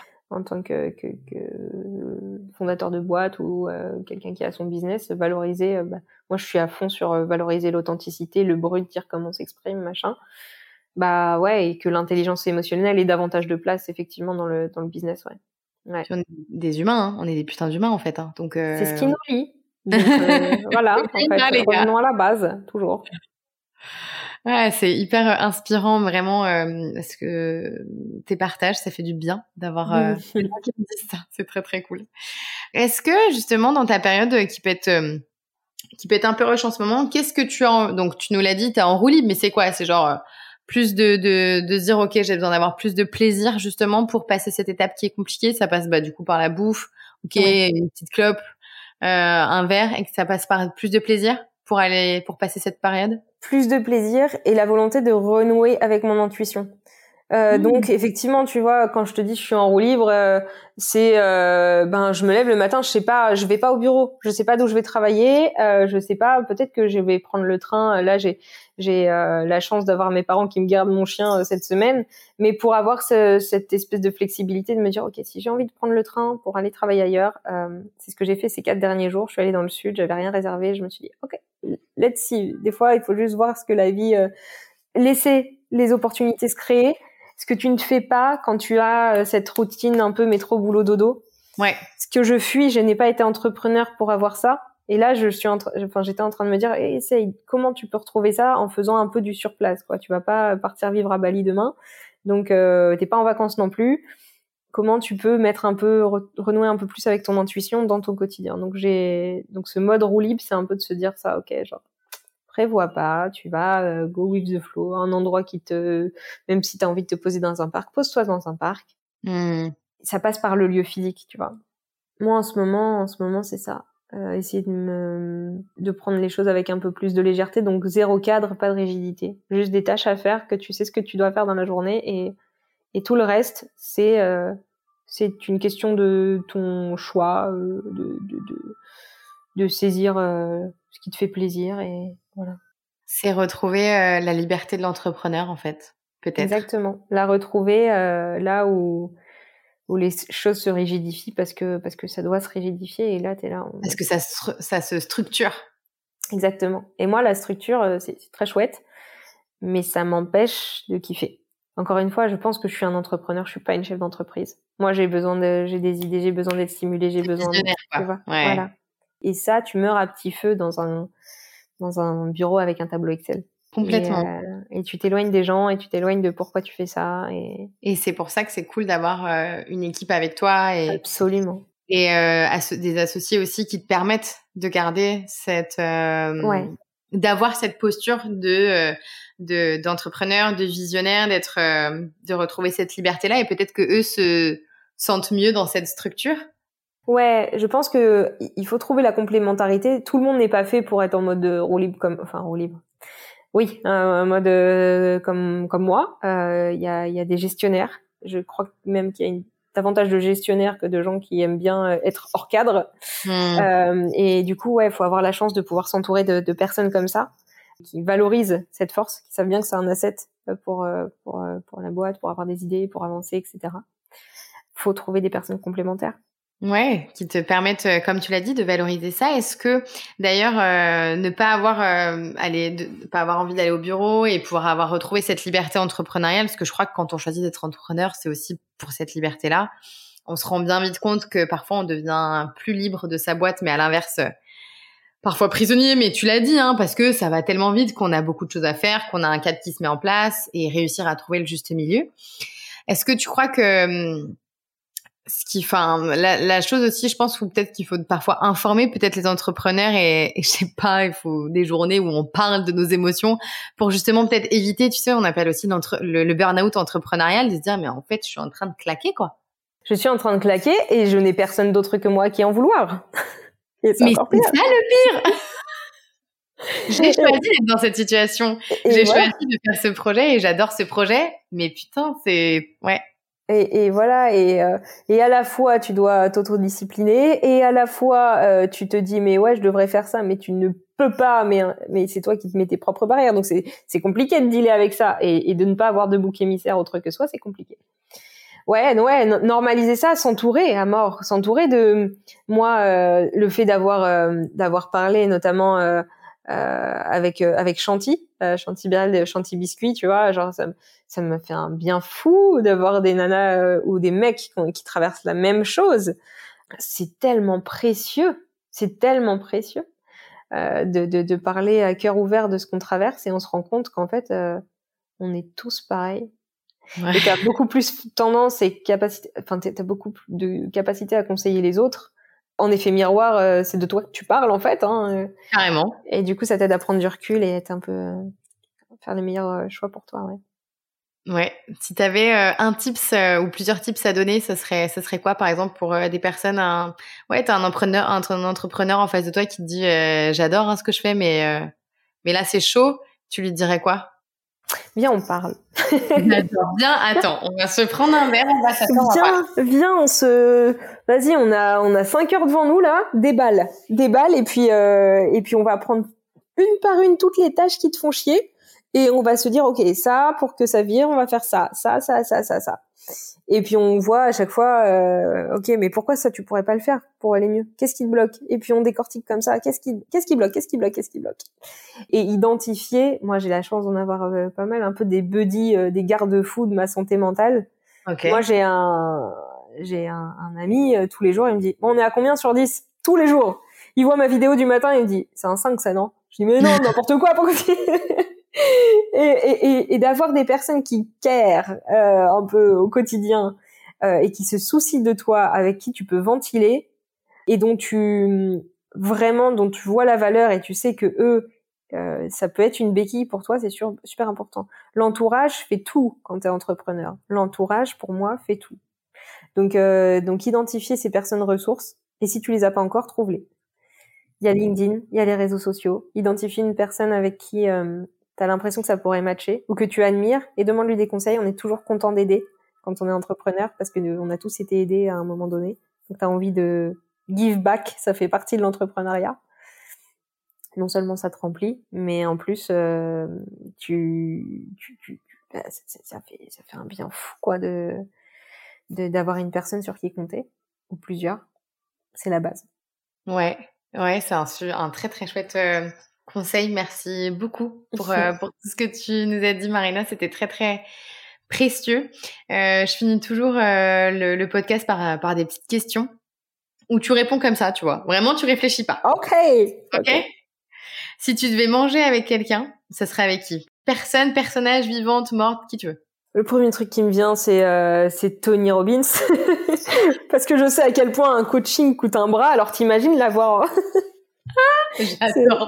fondateur de boîte ou quelqu'un qui a son business, valoriser. Moi, je suis à fond sur valoriser l'authenticité, le brut, dire comment on s'exprime, machin. Bah ouais, et que l'intelligence émotionnelle ait davantage de place effectivement dans le business, ouais. Ouais. Puis on est des humains, hein. On est des putains d'humains en fait. Hein. Donc c'est ce qui nous lie. Donc voilà, en fait, revenons à la base, toujours. Ouais, c'est hyper inspirant vraiment parce que tes partages, ça fait du bien d'avoir des gens qui me disent ça. C'est très très cool. Est-ce que justement dans ta période qui peut être un peu rush en ce moment, qu'est-ce que tu as donc tu nous l'as dit, t'es en roue libre, mais c'est quoi? C'est genre plus de se dire ok, j'ai besoin d'avoir plus de plaisir justement pour passer cette étape qui est compliquée. Ça passe du coup par la bouffe, ok, une petite clope, un verre, et que ça passe par plus de plaisir pour passer cette période. Plus de plaisir et la volonté de renouer avec mon intuition. Donc effectivement, tu vois, quand je te dis je suis en roue libre, c'est je me lève le matin, je vais pas au bureau, je sais pas d'où je vais travailler, je sais pas, peut-être que je vais prendre le train. Là, j'ai la chance d'avoir mes parents qui me gardent mon chien cette semaine, mais pour avoir cette espèce de flexibilité de me dire ok, si j'ai envie de prendre le train pour aller travailler ailleurs, c'est ce que j'ai fait ces 4 derniers jours. Je suis allée dans le sud, j'avais rien réservé, je me suis dit ok, let's see. Des fois, il faut juste voir ce que la vie laisser les opportunités se créer. Ce que tu ne fais pas quand tu as cette routine un peu métro boulot dodo. Ouais. Ce que je fuis, je n'ai pas été entrepreneur pour avoir ça. Et là, j'étais en train de me dire, essaye, comment tu peux retrouver ça en faisant un peu du surplace, quoi. Tu vas pas partir vivre à Bali demain. Donc, t'es pas en vacances non plus. Comment tu peux mettre un peu, renouer un peu plus avec ton intuition dans ton quotidien. Donc, ce mode roue libre, c'est un peu de se dire ça, ok, genre, prévois pas, tu vas go with the flow, un endroit même si tu as envie de te poser dans un parc, pose-toi dans un parc. Ça passe par le lieu physique, tu vois. Moi, en ce moment, c'est ça. Essayer de prendre les choses avec un peu plus de légèreté, donc zéro cadre, pas de rigidité. Juste des tâches à faire, que tu sais ce que tu dois faire dans la journée et tout le reste, c'est une question de ton choix, de saisir ce qui te fait plaisir et voilà. C'est retrouver la liberté de l'entrepreneur en fait, peut-être. Exactement. La retrouver là où les choses se rigidifient parce que ça doit se rigidifier et là t'es là. Parce que ça se structure. Exactement. Et moi la structure c'est très chouette, mais ça m'empêche de kiffer. Encore une fois, je pense que je suis un entrepreneur, je suis pas une chef d'entreprise. Moi j'ai des idées, j'ai besoin d'être stimulée, j'ai besoin de voilà. Et ça, tu meurs à petit feu dans un bureau avec un tableau Excel. Complètement. Et tu t'éloignes des gens et tu t'éloignes de pourquoi tu fais ça. Et c'est pour ça que c'est cool d'avoir une équipe avec toi. Absolument. Et des associés aussi qui te permettent de garder d'avoir cette posture d'entrepreneur, de visionnaire, de retrouver cette liberté-là. Et peut-être que eux se sentent mieux dans cette structure. Ouais, je pense que il faut trouver la complémentarité. Tout le monde n'est pas fait pour être en mode roue libre roue libre. Oui, un mode comme moi. Il y a des gestionnaires. Je crois même qu'il y a davantage de gestionnaires que de gens qui aiment bien être hors cadre. Et du coup, il faut avoir la chance de pouvoir s'entourer de personnes comme ça qui valorisent cette force, qui savent bien que c'est un asset pour la boîte, pour avoir des idées, pour avancer, etc. Faut trouver des personnes complémentaires. Ouais, qui te permettent, comme tu l'as dit, de valoriser ça. Est-ce que, d'ailleurs, ne pas avoir pas avoir envie d'aller au bureau et pouvoir avoir retrouvé cette liberté entrepreneuriale, parce que je crois que quand on choisit d'être entrepreneur, c'est aussi pour cette liberté-là. On se rend bien vite compte que parfois on devient plus libre de sa boîte, mais à l'inverse, parfois prisonnier. Mais tu l'as dit, parce que ça va tellement vite qu'on a beaucoup de choses à faire, qu'on a un cadre qui se met en place et réussir à trouver le juste milieu. Est-ce que tu crois que La chose aussi, je pense, peut-être qu'il faut parfois informer peut-être les entrepreneurs et je sais pas, il faut des journées où on parle de nos émotions pour justement peut-être éviter, tu sais, on appelle aussi le burn-out entrepreneurial, de se dire mais en fait, je suis en train de claquer quoi. Je suis en train de claquer et je n'ai personne d'autre que moi qui en vouloir. Et c'est encore pire. C'est ça le pire. J'ai choisi d'être dans cette situation. J'ai choisi de faire ce projet et j'adore ce projet, mais putain, c'est ouais. Et voilà, et à la fois tu dois t'autodiscipliner et à la fois tu te dis mais ouais je devrais faire ça mais tu ne peux pas, mais c'est toi qui te mets tes propres barrières, donc c'est compliqué de dealer avec ça et de ne pas avoir de bouc émissaire autre que soi, c'est compliqué. Ouais, normaliser ça, s'entourer à mort, s'entourer de moi, le fait d'avoir parlé notamment avec Chanty Birel, Chanty Biscuit, tu vois, genre ça me fait un bien fou d'avoir des nanas ou des mecs qui traversent la même chose. C'est tellement précieux de parler à cœur ouvert de ce qu'on traverse et on se rend compte qu'en fait on est tous pareils. Ouais. Et t'as beaucoup plus tendance et capacité, enfin t'as beaucoup plus de capacité à conseiller les autres. En effet miroir, c'est de toi que tu parles en fait. Carrément. Et du coup, ça t'aide à prendre du recul et être un peu faire les meilleurs choix pour toi, ouais. Ouais. Si t'avais un tips ou plusieurs tips à donner, ce serait quoi par exemple pour des personnes t'as un entrepreneur en face de toi qui te dit j'adore ce que je fais mais là c'est chaud, tu lui dirais quoi? Viens, on parle. D'accord. Bien, attends, on va se prendre un verre, on va s'asseoir. Viens, vas-y, on a 5 heures devant nous là, déballe et puis on va prendre une par une toutes les tâches qui te font chier et on va se dire ok, ça pour que ça vire, on va faire ça. Et puis on voit à chaque fois ok, mais pourquoi ça tu pourrais pas le faire pour aller mieux? Qu'est-ce qui te bloque? Et puis on décortique comme ça, qu'est-ce qui bloque? Et identifier, moi j'ai la chance d'en avoir pas mal, un peu des buddies, des garde-fous de ma santé mentale. Okay. Moi j'ai un ami, tous les jours, il me dit bon, on est à combien sur 10? Tous les jours. Il voit ma vidéo du matin, il me dit c'est un 5 ça, non? Je dis mais non, n'importe quoi, pourquoi et d'avoir des personnes qui carent un peu au quotidien et qui se soucient de toi, avec qui tu peux ventiler et dont tu vois la valeur et tu sais que eux ça peut être une béquille pour toi, c'est super important. L'entourage fait tout quand t'es entrepreneur. L'entourage pour moi fait tout. Donc identifier ces personnes ressources et si tu les as pas encore, trouve-les. Il y a LinkedIn, il y a les réseaux sociaux. Identifie une personne avec qui t'as l'impression que ça pourrait matcher ou que tu admires et demande-lui des conseils. On est toujours content d'aider quand on est entrepreneur parce que on a tous été aidés à un moment donné. Donc t'as envie de give back, ça fait partie de l'entrepreneuriat. Non seulement ça te remplit, mais en plus ça fait un bien fou quoi d'avoir une personne sur qui compter ou plusieurs. C'est la base. Ouais, c'est un très très chouette conseil. Merci beaucoup pour tout ce que tu nous as dit, Marina. C'était très très précieux. Je finis toujours le podcast par des petites questions où tu réponds comme ça, tu vois. Vraiment, tu réfléchis pas. Ok. Si tu devais manger avec quelqu'un, ça serait avec qui? Personne, personnage, vivante, morte, qui tu veux. Le premier truc qui me vient, c'est Tony Robbins. Parce que je sais à quel point un coaching coûte un bras, alors t'imagines l'avoir. J'adore.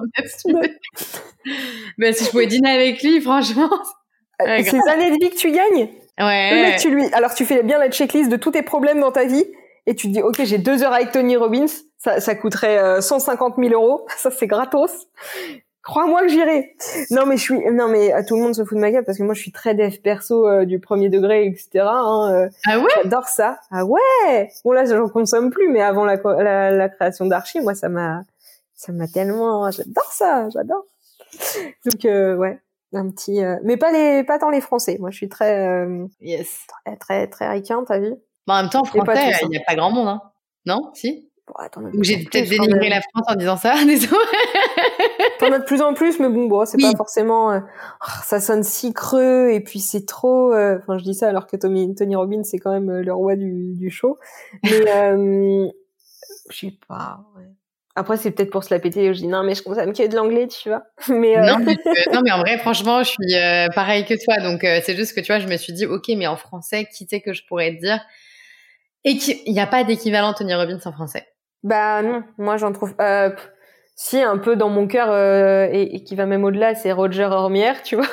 Ben, si je pouvais dîner avec lui, franchement. Ces années de vie que tu gagnes. Ouais. Le mec, alors tu fais bien la checklist de tous tes problèmes dans ta vie et tu te dis, ok, j'ai 2 heures avec Tony Robbins. Ça coûterait 150 000 €. Ça, c'est gratos. Crois-moi que j'irai. Non mais tout le monde se fout de ma gueule parce que moi je suis très dev perso du premier degré, etc. Ah ouais? J'adore ça. Ah ouais. Bon là j'en consomme plus, mais avant la création d'Archi, moi ça m'a tellement. J'adore. Donc ouais, un petit. Mais pas tant les Français. Moi je suis très. Yes. Très très ricain, t'as vu? Bon, en même temps, français, il n'y a pas grand monde, hein. Non? Si? Ou j'ai peut-être dénigré la France en disant ça, désolé. T'en as de plus en plus, mais bon, c'est pas forcément. Ça sonne si creux et puis c'est trop. Enfin, je dis ça alors que Tony Robbins c'est quand même le roi du show. Mais je sais pas. Ouais. Après, c'est peut-être pour se la péter. Je dis non, mais je consomme que de l'anglais, tu vois. Mais non, mais en vrai, franchement, je suis pareil que toi. Donc c'est juste que tu vois, je me suis dit ok, mais en français, qui c'est que je pourrais te dire? Et il n'y a pas d'équivalent Tony Robbins en français. Bah non, moi j'en trouve... si, un peu dans mon cœur, et qui va même au-delà, c'est Roger Hormière, tu vois.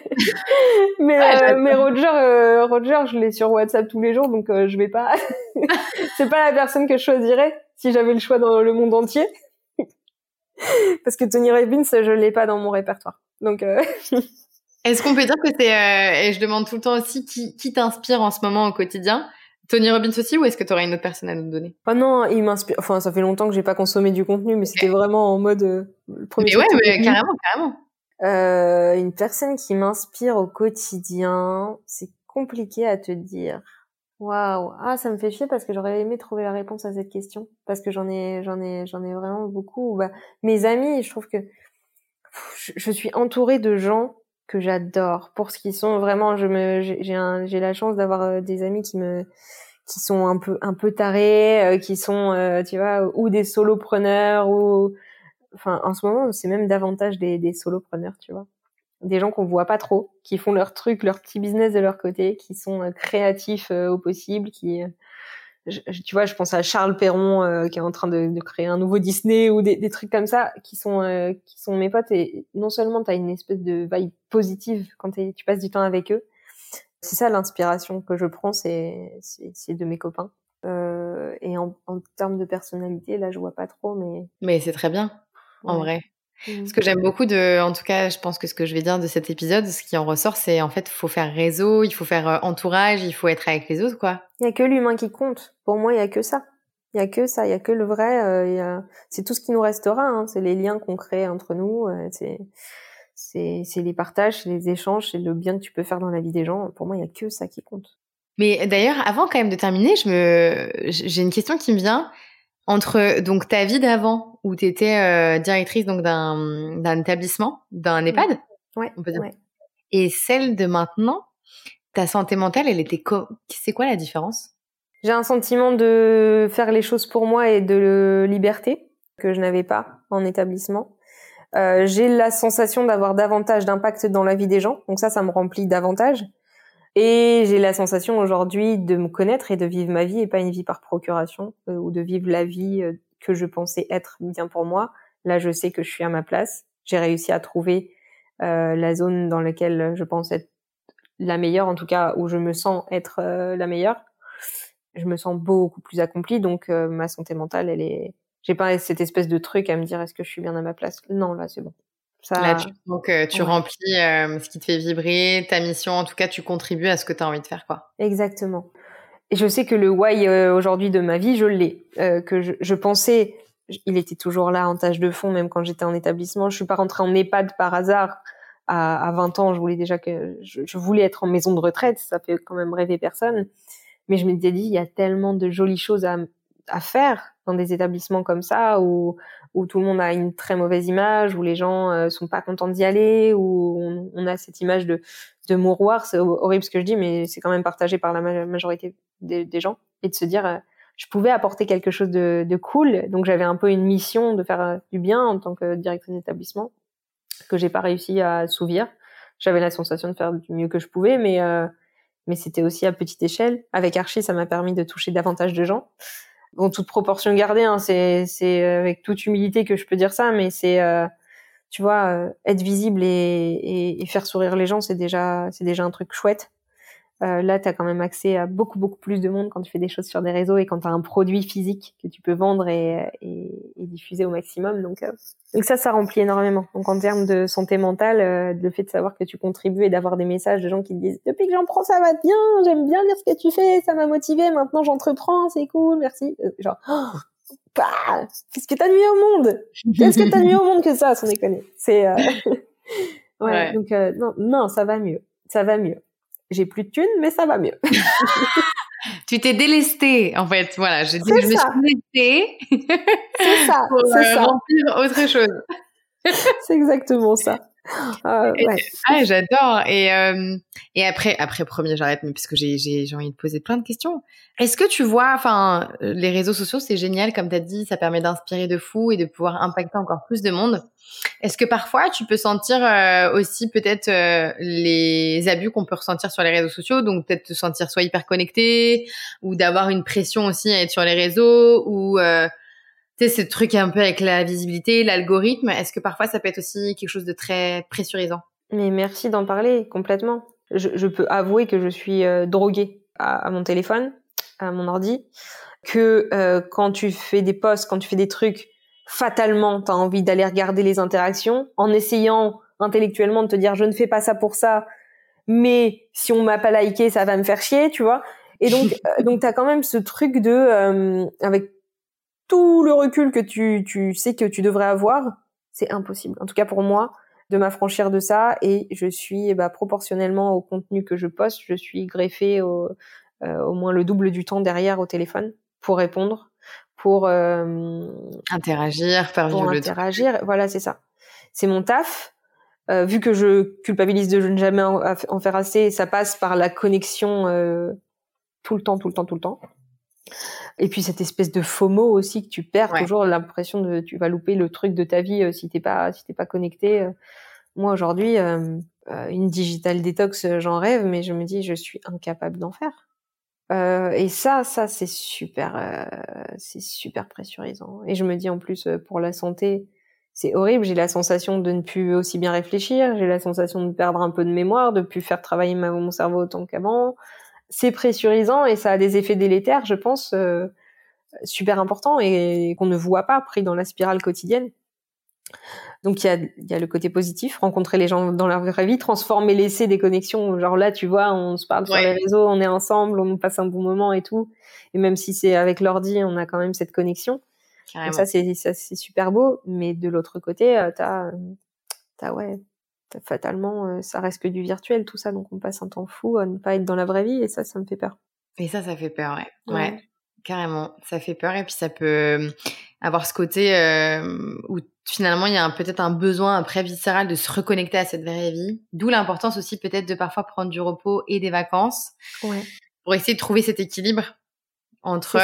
mais Roger, je l'ai sur WhatsApp tous les jours, donc je vais pas... c'est pas la personne que je choisirais si j'avais le choix dans le monde entier. Parce que Tony Robbins, je l'ai pas dans mon répertoire. Donc... Est-ce qu'on peut dire que c'est... et je demande tout le temps aussi qui t'inspire en ce moment au quotidien ? Tony Robbins aussi, ou est-ce que tu aurais une autre personne à nous donner ? Ah non, il m'inspire. Enfin, ça fait longtemps que j'ai pas consommé du contenu, mais c'était vraiment en mode le premier. Mais ouais, carrément. Une personne qui m'inspire au quotidien, c'est compliqué à te dire. Waouh, ça me fait chier parce que j'aurais aimé trouver la réponse à cette question, parce que j'en ai vraiment beaucoup. Bah, mes amis, je trouve que je suis entourée de gens que j'adore pour ce qu'ils sont. Vraiment, j'ai la chance d'avoir des amis qui sont un peu tarés, qui sont, tu vois, ou des solopreneurs, ou, enfin, en ce moment, c'est même davantage des solopreneurs, tu vois. Des gens qu'on voit pas trop, qui font leur truc, leur petit business de leur côté, qui sont créatifs au possible, tu vois, je pense à Charles Perron qui est en train de créer un nouveau Disney, ou des trucs comme ça qui sont mes potes, et non seulement t'as une espèce de vibe positive quand tu passes du temps avec eux. C'est ça l'inspiration que je prends, c'est de mes copains. Et en termes de personnalité, là je vois pas trop, mais c'est très bien, en vrai. Ce que j'aime beaucoup en tout cas, je pense que ce que je vais dire de cet épisode, ce qui en ressort, c'est en fait, il faut faire réseau, il faut faire entourage, il faut être avec les autres, quoi. Il y a que l'humain qui compte. Pour moi, il y a que ça. Il y a que ça, il y a que le vrai. C'est tout ce qui nous restera. Hein. C'est les liens qu'on crée entre nous. C'est les partages, c'est les échanges, c'est le bien que tu peux faire dans la vie des gens. Pour moi, il y a que ça qui compte. Mais d'ailleurs, avant quand même de terminer, j'ai une question qui me vient. Entre donc ta vie d'avant, où tu étais directrice donc d'un établissement, d'un EHPAD, ouais, on peut dire, ouais. Et celle de maintenant, ta santé mentale, elle était c'est quoi la différence ? J'ai un sentiment de faire les choses pour moi et de liberté que je n'avais pas en établissement. J'ai la sensation d'avoir davantage d'impact dans la vie des gens, donc ça me remplit davantage. Et j'ai la sensation aujourd'hui de me connaître et de vivre ma vie et pas une vie par procuration, ou de vivre la vie que je pensais être bien pour moi. Là, je sais que je suis à ma place. J'ai réussi à trouver la zone dans laquelle je pense être la meilleure, en tout cas où je me sens être la meilleure. Je me sens beaucoup plus accomplie, donc ma santé mentale, j'ai pas cette espèce de truc à me dire est-ce que je suis bien à ma place. Non, là, c'est bon. Ça... Là, tu remplis ce qui te fait vibrer, ta mission, en tout cas, tu contribues à ce que tu as envie de faire, quoi. Exactement. Et je sais que le why aujourd'hui de ma vie, je l'ai. Que je pensais, il était toujours là en tâche de fond, même quand j'étais en établissement. Je suis pas rentrée en EHPAD par hasard. À 20 ans, je voulais être en maison de retraite. Ça fait quand même rêver personne. Mais je m'étais dit, il y a tellement de jolies choses à faire dans des établissements comme ça, où tout le monde a une très mauvaise image, où les gens sont pas contents d'y aller, où on a cette image de mouroir. C'est horrible ce que je dis, mais c'est quand même partagé par la majorité des gens. Et de se dire, je pouvais apporter quelque chose de cool. Donc j'avais un peu une mission de faire du bien en tant que directrice d'établissement, que j'ai pas réussi à assouvir. J'avais la sensation de faire du mieux que je pouvais, mais c'était aussi à petite échelle. Avec Archie, ça m'a permis de toucher davantage de gens. Bon, toute proportion gardée, hein, c'est avec toute humilité que je peux dire ça, mais c'est, tu vois, être visible et faire sourire les gens, c'est déjà un truc chouette. Là, t'as quand même accès à beaucoup plus de monde quand tu fais des choses sur des réseaux et quand t'as un produit physique que tu peux vendre et diffuser au maximum. Donc ça remplit énormément. Donc en termes de santé mentale, le fait de savoir que tu contribues et d'avoir des messages de gens qui te disent depuis que j'en prends ça va bien, j'aime bien lire ce que tu fais, ça m'a motivé, maintenant j'entreprends, c'est cool, merci. Genre, qu'est-ce que t'as de mieux au monde? Qu'est-ce que t'as de mieux au monde que ça, sans déconner. C'est ouais. Donc non, ça va mieux. J'ai plus de thunes, mais ça va mieux. Tu t'es délestée, en fait. Voilà, je me suis délestée. C'est ça. Pour remplir autre chose. C'est exactement ça. Ouais. Ah, j'adore. Et après premier, j'arrête, mais parce que j'ai envie de poser plein de questions. Est-ce que tu vois, enfin, les réseaux sociaux, c'est génial, comme t'as dit, ça permet d'inspirer de fou et de pouvoir impacter encore plus de monde. Est-ce que parfois tu peux sentir aussi peut-être les abus qu'on peut ressentir sur les réseaux sociaux, donc peut-être te sentir soit hyper connecté ou d'avoir une pression aussi à être sur les réseaux ou tu sais, ce truc un peu avec la visibilité, l'algorithme, est-ce que parfois ça peut être aussi quelque chose de très pressurisant? Mais merci d'en parler complètement. Je peux avouer que je suis droguée à mon téléphone, à mon ordi, que quand tu fais des posts, quand tu fais des trucs, fatalement, t'as envie d'aller regarder les interactions en essayant intellectuellement de te dire je ne fais pas ça pour ça, mais si on m'a pas liké, ça va me faire chier, tu vois. Et donc t'as quand même ce truc de avec tout le recul que tu sais que tu devrais avoir, c'est impossible. En tout cas pour moi, de m'affranchir de ça. Et je suis, proportionnellement au contenu que je poste, je suis greffée au moins le double du temps derrière au téléphone pour répondre, pour Interagir, faire pour vivre le truc. interagir. Voilà, c'est ça. C'est mon taf. Vu que je culpabilise de ne jamais en faire assez, ça passe par la connexion tout le temps, tout le temps, tout le temps. Et puis cette espèce de FOMO aussi que tu perds, Ouais. toujours l'impression de tu vas louper le truc de ta vie si t'es pas connecté. Moi aujourd'hui, une digital détox, j'en rêve, mais je me dis je suis incapable d'en faire. Et ça c'est super pressurisant. Et je me dis en plus pour la santé, c'est horrible. J'ai la sensation de ne plus aussi bien réfléchir. J'ai la sensation de perdre un peu de mémoire, de plus faire travailler mon cerveau autant qu'avant. C'est pressurisant et ça a des effets délétères, je pense, super importants et qu'on ne voit pas pris dans la spirale quotidienne. Donc il y a le côté positif, rencontrer les gens dans leur vraie vie, transformer l'essai des connexions. Genre là, tu vois, on se parle sur les réseaux, on est ensemble, on passe un bon moment et tout. Et même si c'est avec l'ordi, on a quand même cette connexion. Carrément. Donc ça c'est super beau. Mais de l'autre côté, t'as fatalement, ça reste que du virtuel, tout ça. Donc on passe un temps fou à ne pas être dans la vraie vie et ça me fait peur. Et ça fait peur, ouais. Ouais, carrément. Ça fait peur et puis ça peut avoir ce côté où finalement il y a peut-être un besoin après viscéral de se reconnecter à cette vraie vie. D'où l'importance aussi peut-être de parfois prendre du repos et des vacances pour essayer de trouver cet équilibre entre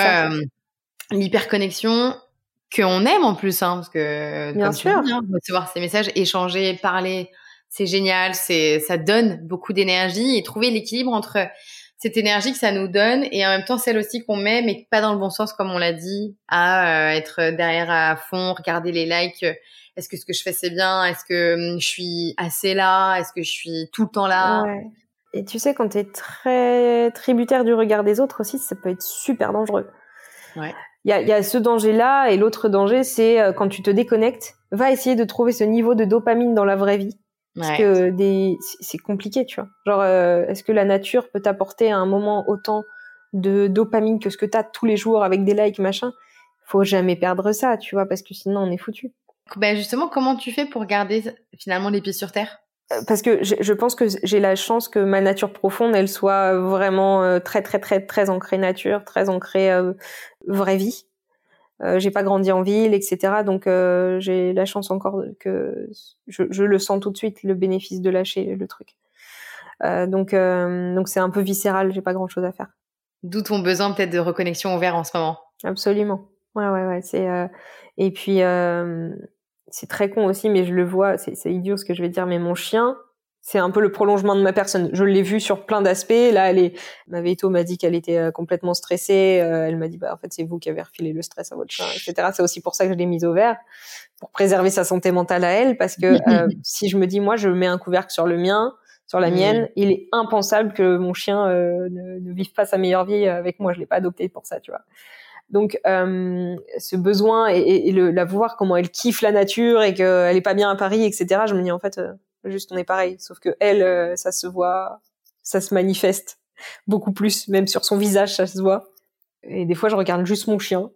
l'hyperconnexion qu'on aime en plus, hein, parce que Bien comme tu sûr. dis, hein, recevoir ces messages, échanger, parler, c'est génial, ça donne beaucoup d'énergie et trouver l'équilibre entre cette énergie que ça nous donne et en même temps celle aussi qu'on met, mais pas dans le bon sens comme on l'a dit, à être derrière à fond, regarder les likes. Est-ce que ce que je fais c'est bien? Est-ce que je suis assez là? Est-ce que je suis tout le temps là? Ouais. Et tu sais, quand t'es très tributaire du regard des autres aussi, ça peut être super dangereux. Ouais. Il y a ce danger-là et l'autre danger, c'est quand tu te déconnectes, va essayer de trouver ce niveau de dopamine dans la vraie vie. Parce que c'est compliqué, tu vois. Genre, est-ce que la nature peut t'apporter à un moment autant de dopamine que ce que t'as tous les jours avec des likes, machin? Faut jamais perdre ça, tu vois, parce que sinon on est foutu. Ben justement, comment tu fais pour garder finalement les pieds sur terre? Parce que je pense que j'ai la chance que ma nature profonde, elle soit vraiment très très très très ancrée nature, très ancrée vraie vie. J'ai pas grandi en ville, etc. Donc j'ai la chance encore que je le sens tout de suite, le bénéfice de lâcher le truc. Donc c'est un peu viscéral, j'ai pas grand chose à faire. D'où ton besoin peut-être de reconnexion au vert en ce moment. Absolument. Ouais. C'est et puis c'est très con aussi, mais je le vois. C'est idiot ce que je vais dire, mais mon chien, c'est un peu le prolongement de ma personne. Je l'ai vu sur plein d'aspects. Là, ma veto m'a dit qu'elle était complètement stressée. Elle m'a dit, en fait, c'est vous qui avez refilé le stress à votre chien, etc. C'est aussi pour ça que je l'ai mise au vert, pour préserver sa santé mentale à elle, parce que si je me dis, moi, je mets un couvercle sur le mien, sur la mienne, il est impensable que mon chien ne vive pas sa meilleure vie avec moi. Je l'ai pas adopté pour ça, tu vois. Donc ce besoin et la voir comment elle kiffe la nature et qu'elle est pas bien à Paris, etc. Je me dis en fait juste on est pareil, sauf que elle ça se voit, ça se manifeste beaucoup plus, même sur son visage ça se voit. Et des fois je regarde juste mon chien,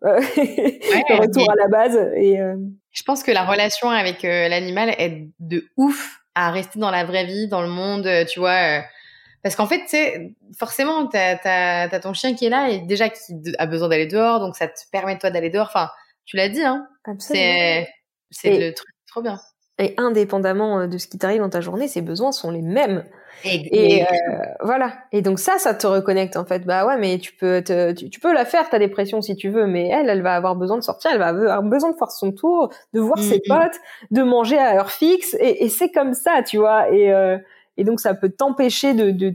le retour à la base. Et je pense que la relation avec l'animal est de ouf à rester dans la vraie vie, dans le monde, tu vois. Parce qu'en fait, tu sais, forcément, t'as ton chien qui est là et déjà qui a besoin d'aller dehors, donc ça te permet toi d'aller dehors. Enfin, tu l'as dit, hein. Absolument. C'est le truc trop bien. Et indépendamment de ce qui t'arrive dans ta journée, ces besoins sont les mêmes. Et voilà. Et donc ça te reconnecte en fait. Bah ouais, mais tu peux la faire ta dépression si tu veux, mais elle va avoir besoin de sortir, elle va avoir besoin de faire son tour, de voir ses potes, de manger à heure fixe, et c'est comme ça, tu vois. Et donc ça peut t'empêcher de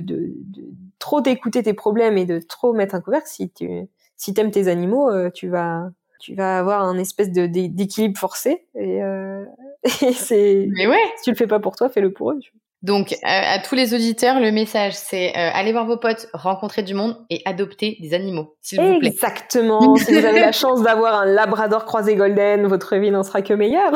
trop t'écouter tes problèmes et de trop mettre un couvercle. Si t'aimes tes animaux, tu vas avoir un espèce d'équilibre forcé, et c'est. Mais ouais. Si tu le fais pas pour toi, fais-le pour eux. Donc, à tous les auditeurs, le message, c'est allez voir vos potes, rencontrer du monde et adopter des animaux, s'il vous plaît. Exactement. Si vous avez la chance d'avoir un labrador croisé golden, votre vie n'en sera que meilleure.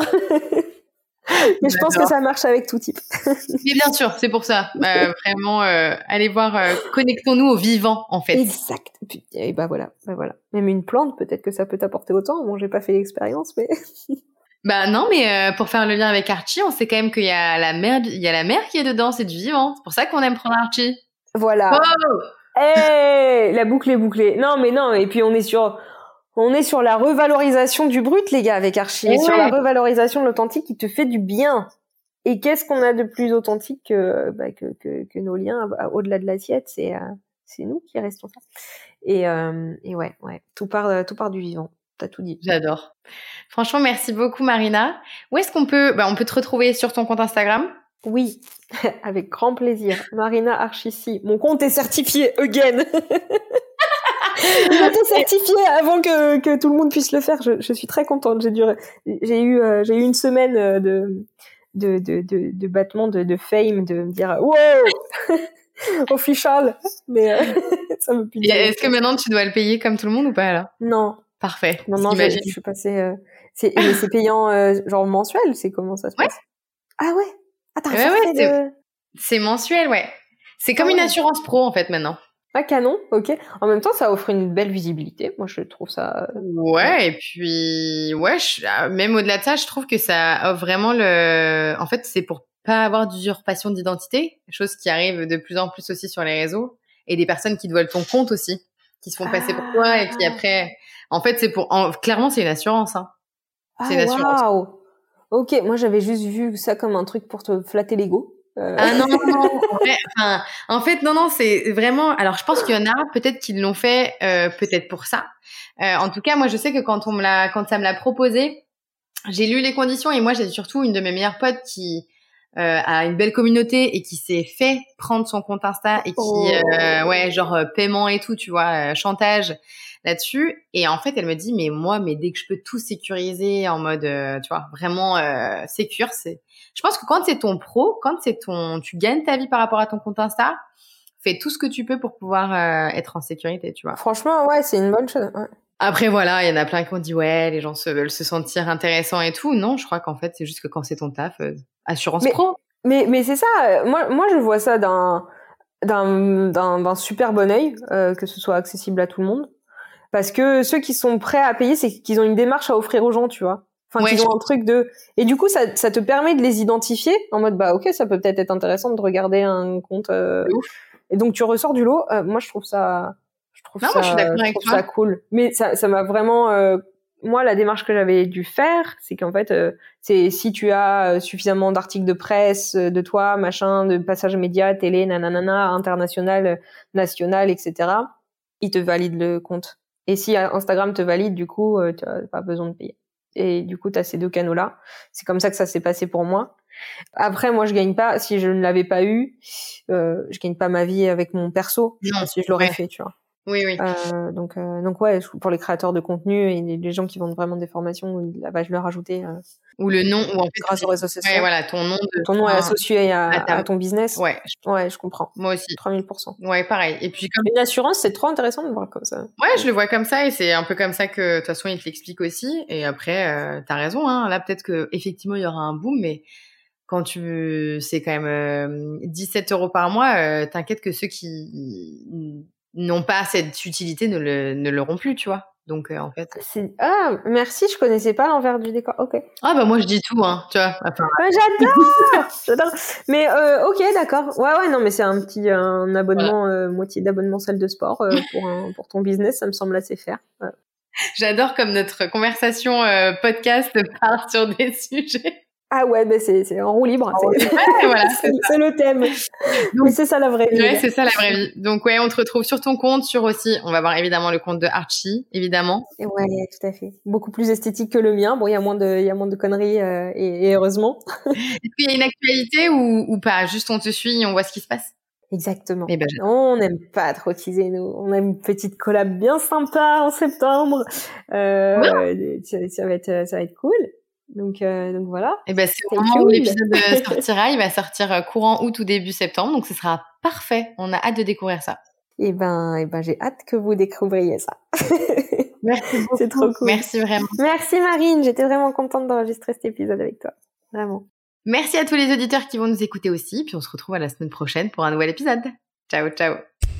Mais je pense que ça marche avec tout type. Mais bien sûr, c'est pour ça. Vraiment, allez voir, connectons-nous au vivant, en fait. Exact. Et bah voilà. Même une plante, peut-être que ça peut t'apporter autant. Bon, j'ai pas fait l'expérience, mais... Bah non, mais pour faire le lien avec Archie, on sait quand même qu'il y a la mer qui est dedans, c'est du vivant. C'est pour ça qu'on aime prendre Archie. Voilà. Oh hey, la boucle est bouclée. Non, et puis on est sur la revalorisation du brut, les gars, avec Archie. Ouais. Sur la revalorisation de l'authentique qui te fait du bien. Et qu'est-ce qu'on a de plus authentique que nos liens au-delà de l'assiette? C'est nous qui restons ça. Et ouais. Tout part du vivant. T'as tout dit. J'adore. Franchement, merci beaucoup, Marina. Où est-ce qu'on peut... on peut te retrouver sur ton compte Instagram? Oui, avec grand plaisir. Marina Archici. Mon compte est certifié again. Il a été certifié avant que tout le monde puisse le faire. Je suis très contente. J'ai eu une semaine de battement de fame, de me dire wow. Official. Mais ça me pue. Est-ce que maintenant tu dois le payer comme tout le monde ou pas là? Non. Parfait. Non, je suis passée. Mais c'est payant genre mensuel, c'est comment ça se passe? Ah ouais. Ah t'as c'est mensuel, ouais. C'est comme une assurance pro en fait maintenant. Ah canon, ok. En même temps, ça offre une belle visibilité. Moi, je trouve ça. Ouais, et puis même au-delà de ça, je trouve que ça offre vraiment En fait, c'est pour pas avoir d'usurpation d'identité, chose qui arrive de plus en plus aussi sur les réseaux, et des personnes qui te volent ton compte aussi, qui se font passer pour toi et qui après. En fait, c'est clairement, c'est une assurance. Hein. C'est une assurance. Wow. Ok, moi j'avais juste vu ça comme un truc pour te flatter l'ego. Ah non. En fait, non, c'est vraiment. Alors, je pense qu'il y en a peut-être qui l'ont fait, peut-être pour ça. En tout cas, moi, je sais que quand ça me l'a proposé, j'ai lu les conditions et moi, j'ai surtout une de mes meilleures potes qui a une belle communauté et qui s'est fait prendre son compte Insta et qui, genre paiement et tout, tu vois, chantage là-dessus. Et en fait, elle me dit, mais dès que je peux tout sécuriser en mode, tu vois, vraiment sécure, je pense que quand c'est ton pro, tu gagnes ta vie par rapport à ton compte Insta, fais tout ce que tu peux pour pouvoir être en sécurité, tu vois. Franchement, ouais, c'est une bonne chose. Ouais. Après, voilà, il y en a plein qui ont dit, ouais, les gens veulent se sentir intéressants et tout. Non, je crois qu'en fait, c'est juste que quand c'est ton taf, assurance pro. Mais c'est ça. Moi, je vois ça d'un super bon œil, que ce soit accessible à tout le monde. Parce que ceux qui sont prêts à payer, c'est qu'ils ont une démarche à offrir aux gens, tu vois. Enfin, qu'ils ont un truc et du coup, ça te permet de les identifier en mode, bah, ok, ça peut peut-être être intéressant de regarder un compte, et donc tu ressors du lot. Moi, je trouve ça, moi, je suis d'accord avec toi. Ça cool. Mais ça m'a vraiment, moi, la démarche que j'avais dû faire, c'est qu'en fait, c'est si tu as suffisamment d'articles de presse de toi, machin, de passages médias, télé, nanana, international, national, etc., ils te valident le compte. Et si Instagram te valide, du coup, tu n'as pas besoin de payer. Et du coup, tu as ces deux canaux-là. C'est comme ça que ça s'est passé pour moi. Après, moi, je gagne pas. Si je ne l'avais pas eu, je gagne pas ma vie avec mon perso. Je sais pas si je l'aurais fait, tu vois. Oui. Donc ouais, pour les créateurs de contenu et les gens qui vendent vraiment des formations, là-bas, je leur ajoutais ou le nom, ou en fait, grâce aux réseaux sociaux. Ouais, voilà, ton nom est associé à ton business. Ouais, je comprends. Moi aussi. 3000%. Ouais, pareil. Et puis une assurance, c'est trop intéressant de le voir comme ça. Ouais, je le vois comme ça et c'est un peu comme ça que de toute façon, il te l'explique aussi. Et après, t'as raison, hein. Là, peut-être que effectivement, il y aura un boom, mais quand c'est quand même 17 € par mois, t'inquiète que ceux qui n'ont pas cette utilité ne l'auront plus, tu vois. Donc en fait. Merci, je connaissais pas l'envers du décor. Ok. Ah bah moi je dis tout, hein, tu vois. Enfin... J'adore. Mais ok, d'accord. Ouais, non, mais c'est un abonnement, moitié d'abonnement salle de sport pour ton business, ça me semble assez fair. Ouais. J'adore comme notre conversation podcast part sur des sujets. Ah ouais, ben c'est en roue libre. Voilà, c'est le thème. Donc, c'est ça la vraie vie. Ouais, c'est ça la vraie vie. Donc ouais, on te retrouve sur ton compte, sur aussi, on va voir évidemment le compte de Archie, évidemment. Et ouais, tout à fait. Beaucoup plus esthétique que le mien. Bon, il y a moins de conneries et heureusement. Est-ce qu'il y a une actualité ou pas? Juste on te suit et on voit ce qui se passe. Exactement. On n'aime pas trop teaser, nous. On a une petite collab bien sympa en septembre. Ça va être cool. Donc voilà. Et ben c'est au moment où l'épisode sortira, il va sortir courant août ou début septembre, donc ce sera parfait. On a hâte de découvrir ça. Et ben j'ai hâte que vous découvriez ça. Merci beaucoup. C'est trop cool. Merci vraiment. Merci Marine, j'étais vraiment contente d'enregistrer cet épisode avec toi. Vraiment. Merci à tous les auditeurs qui vont nous écouter aussi, puis on se retrouve à la semaine prochaine pour un nouvel épisode. Ciao, ciao.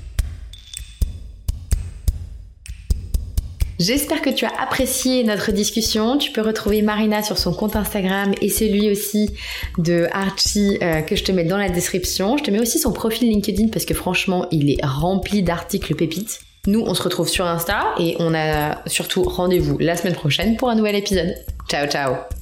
J'espère que tu as apprécié notre discussion. Tu peux retrouver Marina sur son compte Instagram et celui aussi de Archie que je te mets dans la description. Je te mets aussi son profil LinkedIn parce que franchement, il est rempli d'articles pépites. Nous, on se retrouve sur Insta et on a surtout rendez-vous la semaine prochaine pour un nouvel épisode. Ciao, ciao.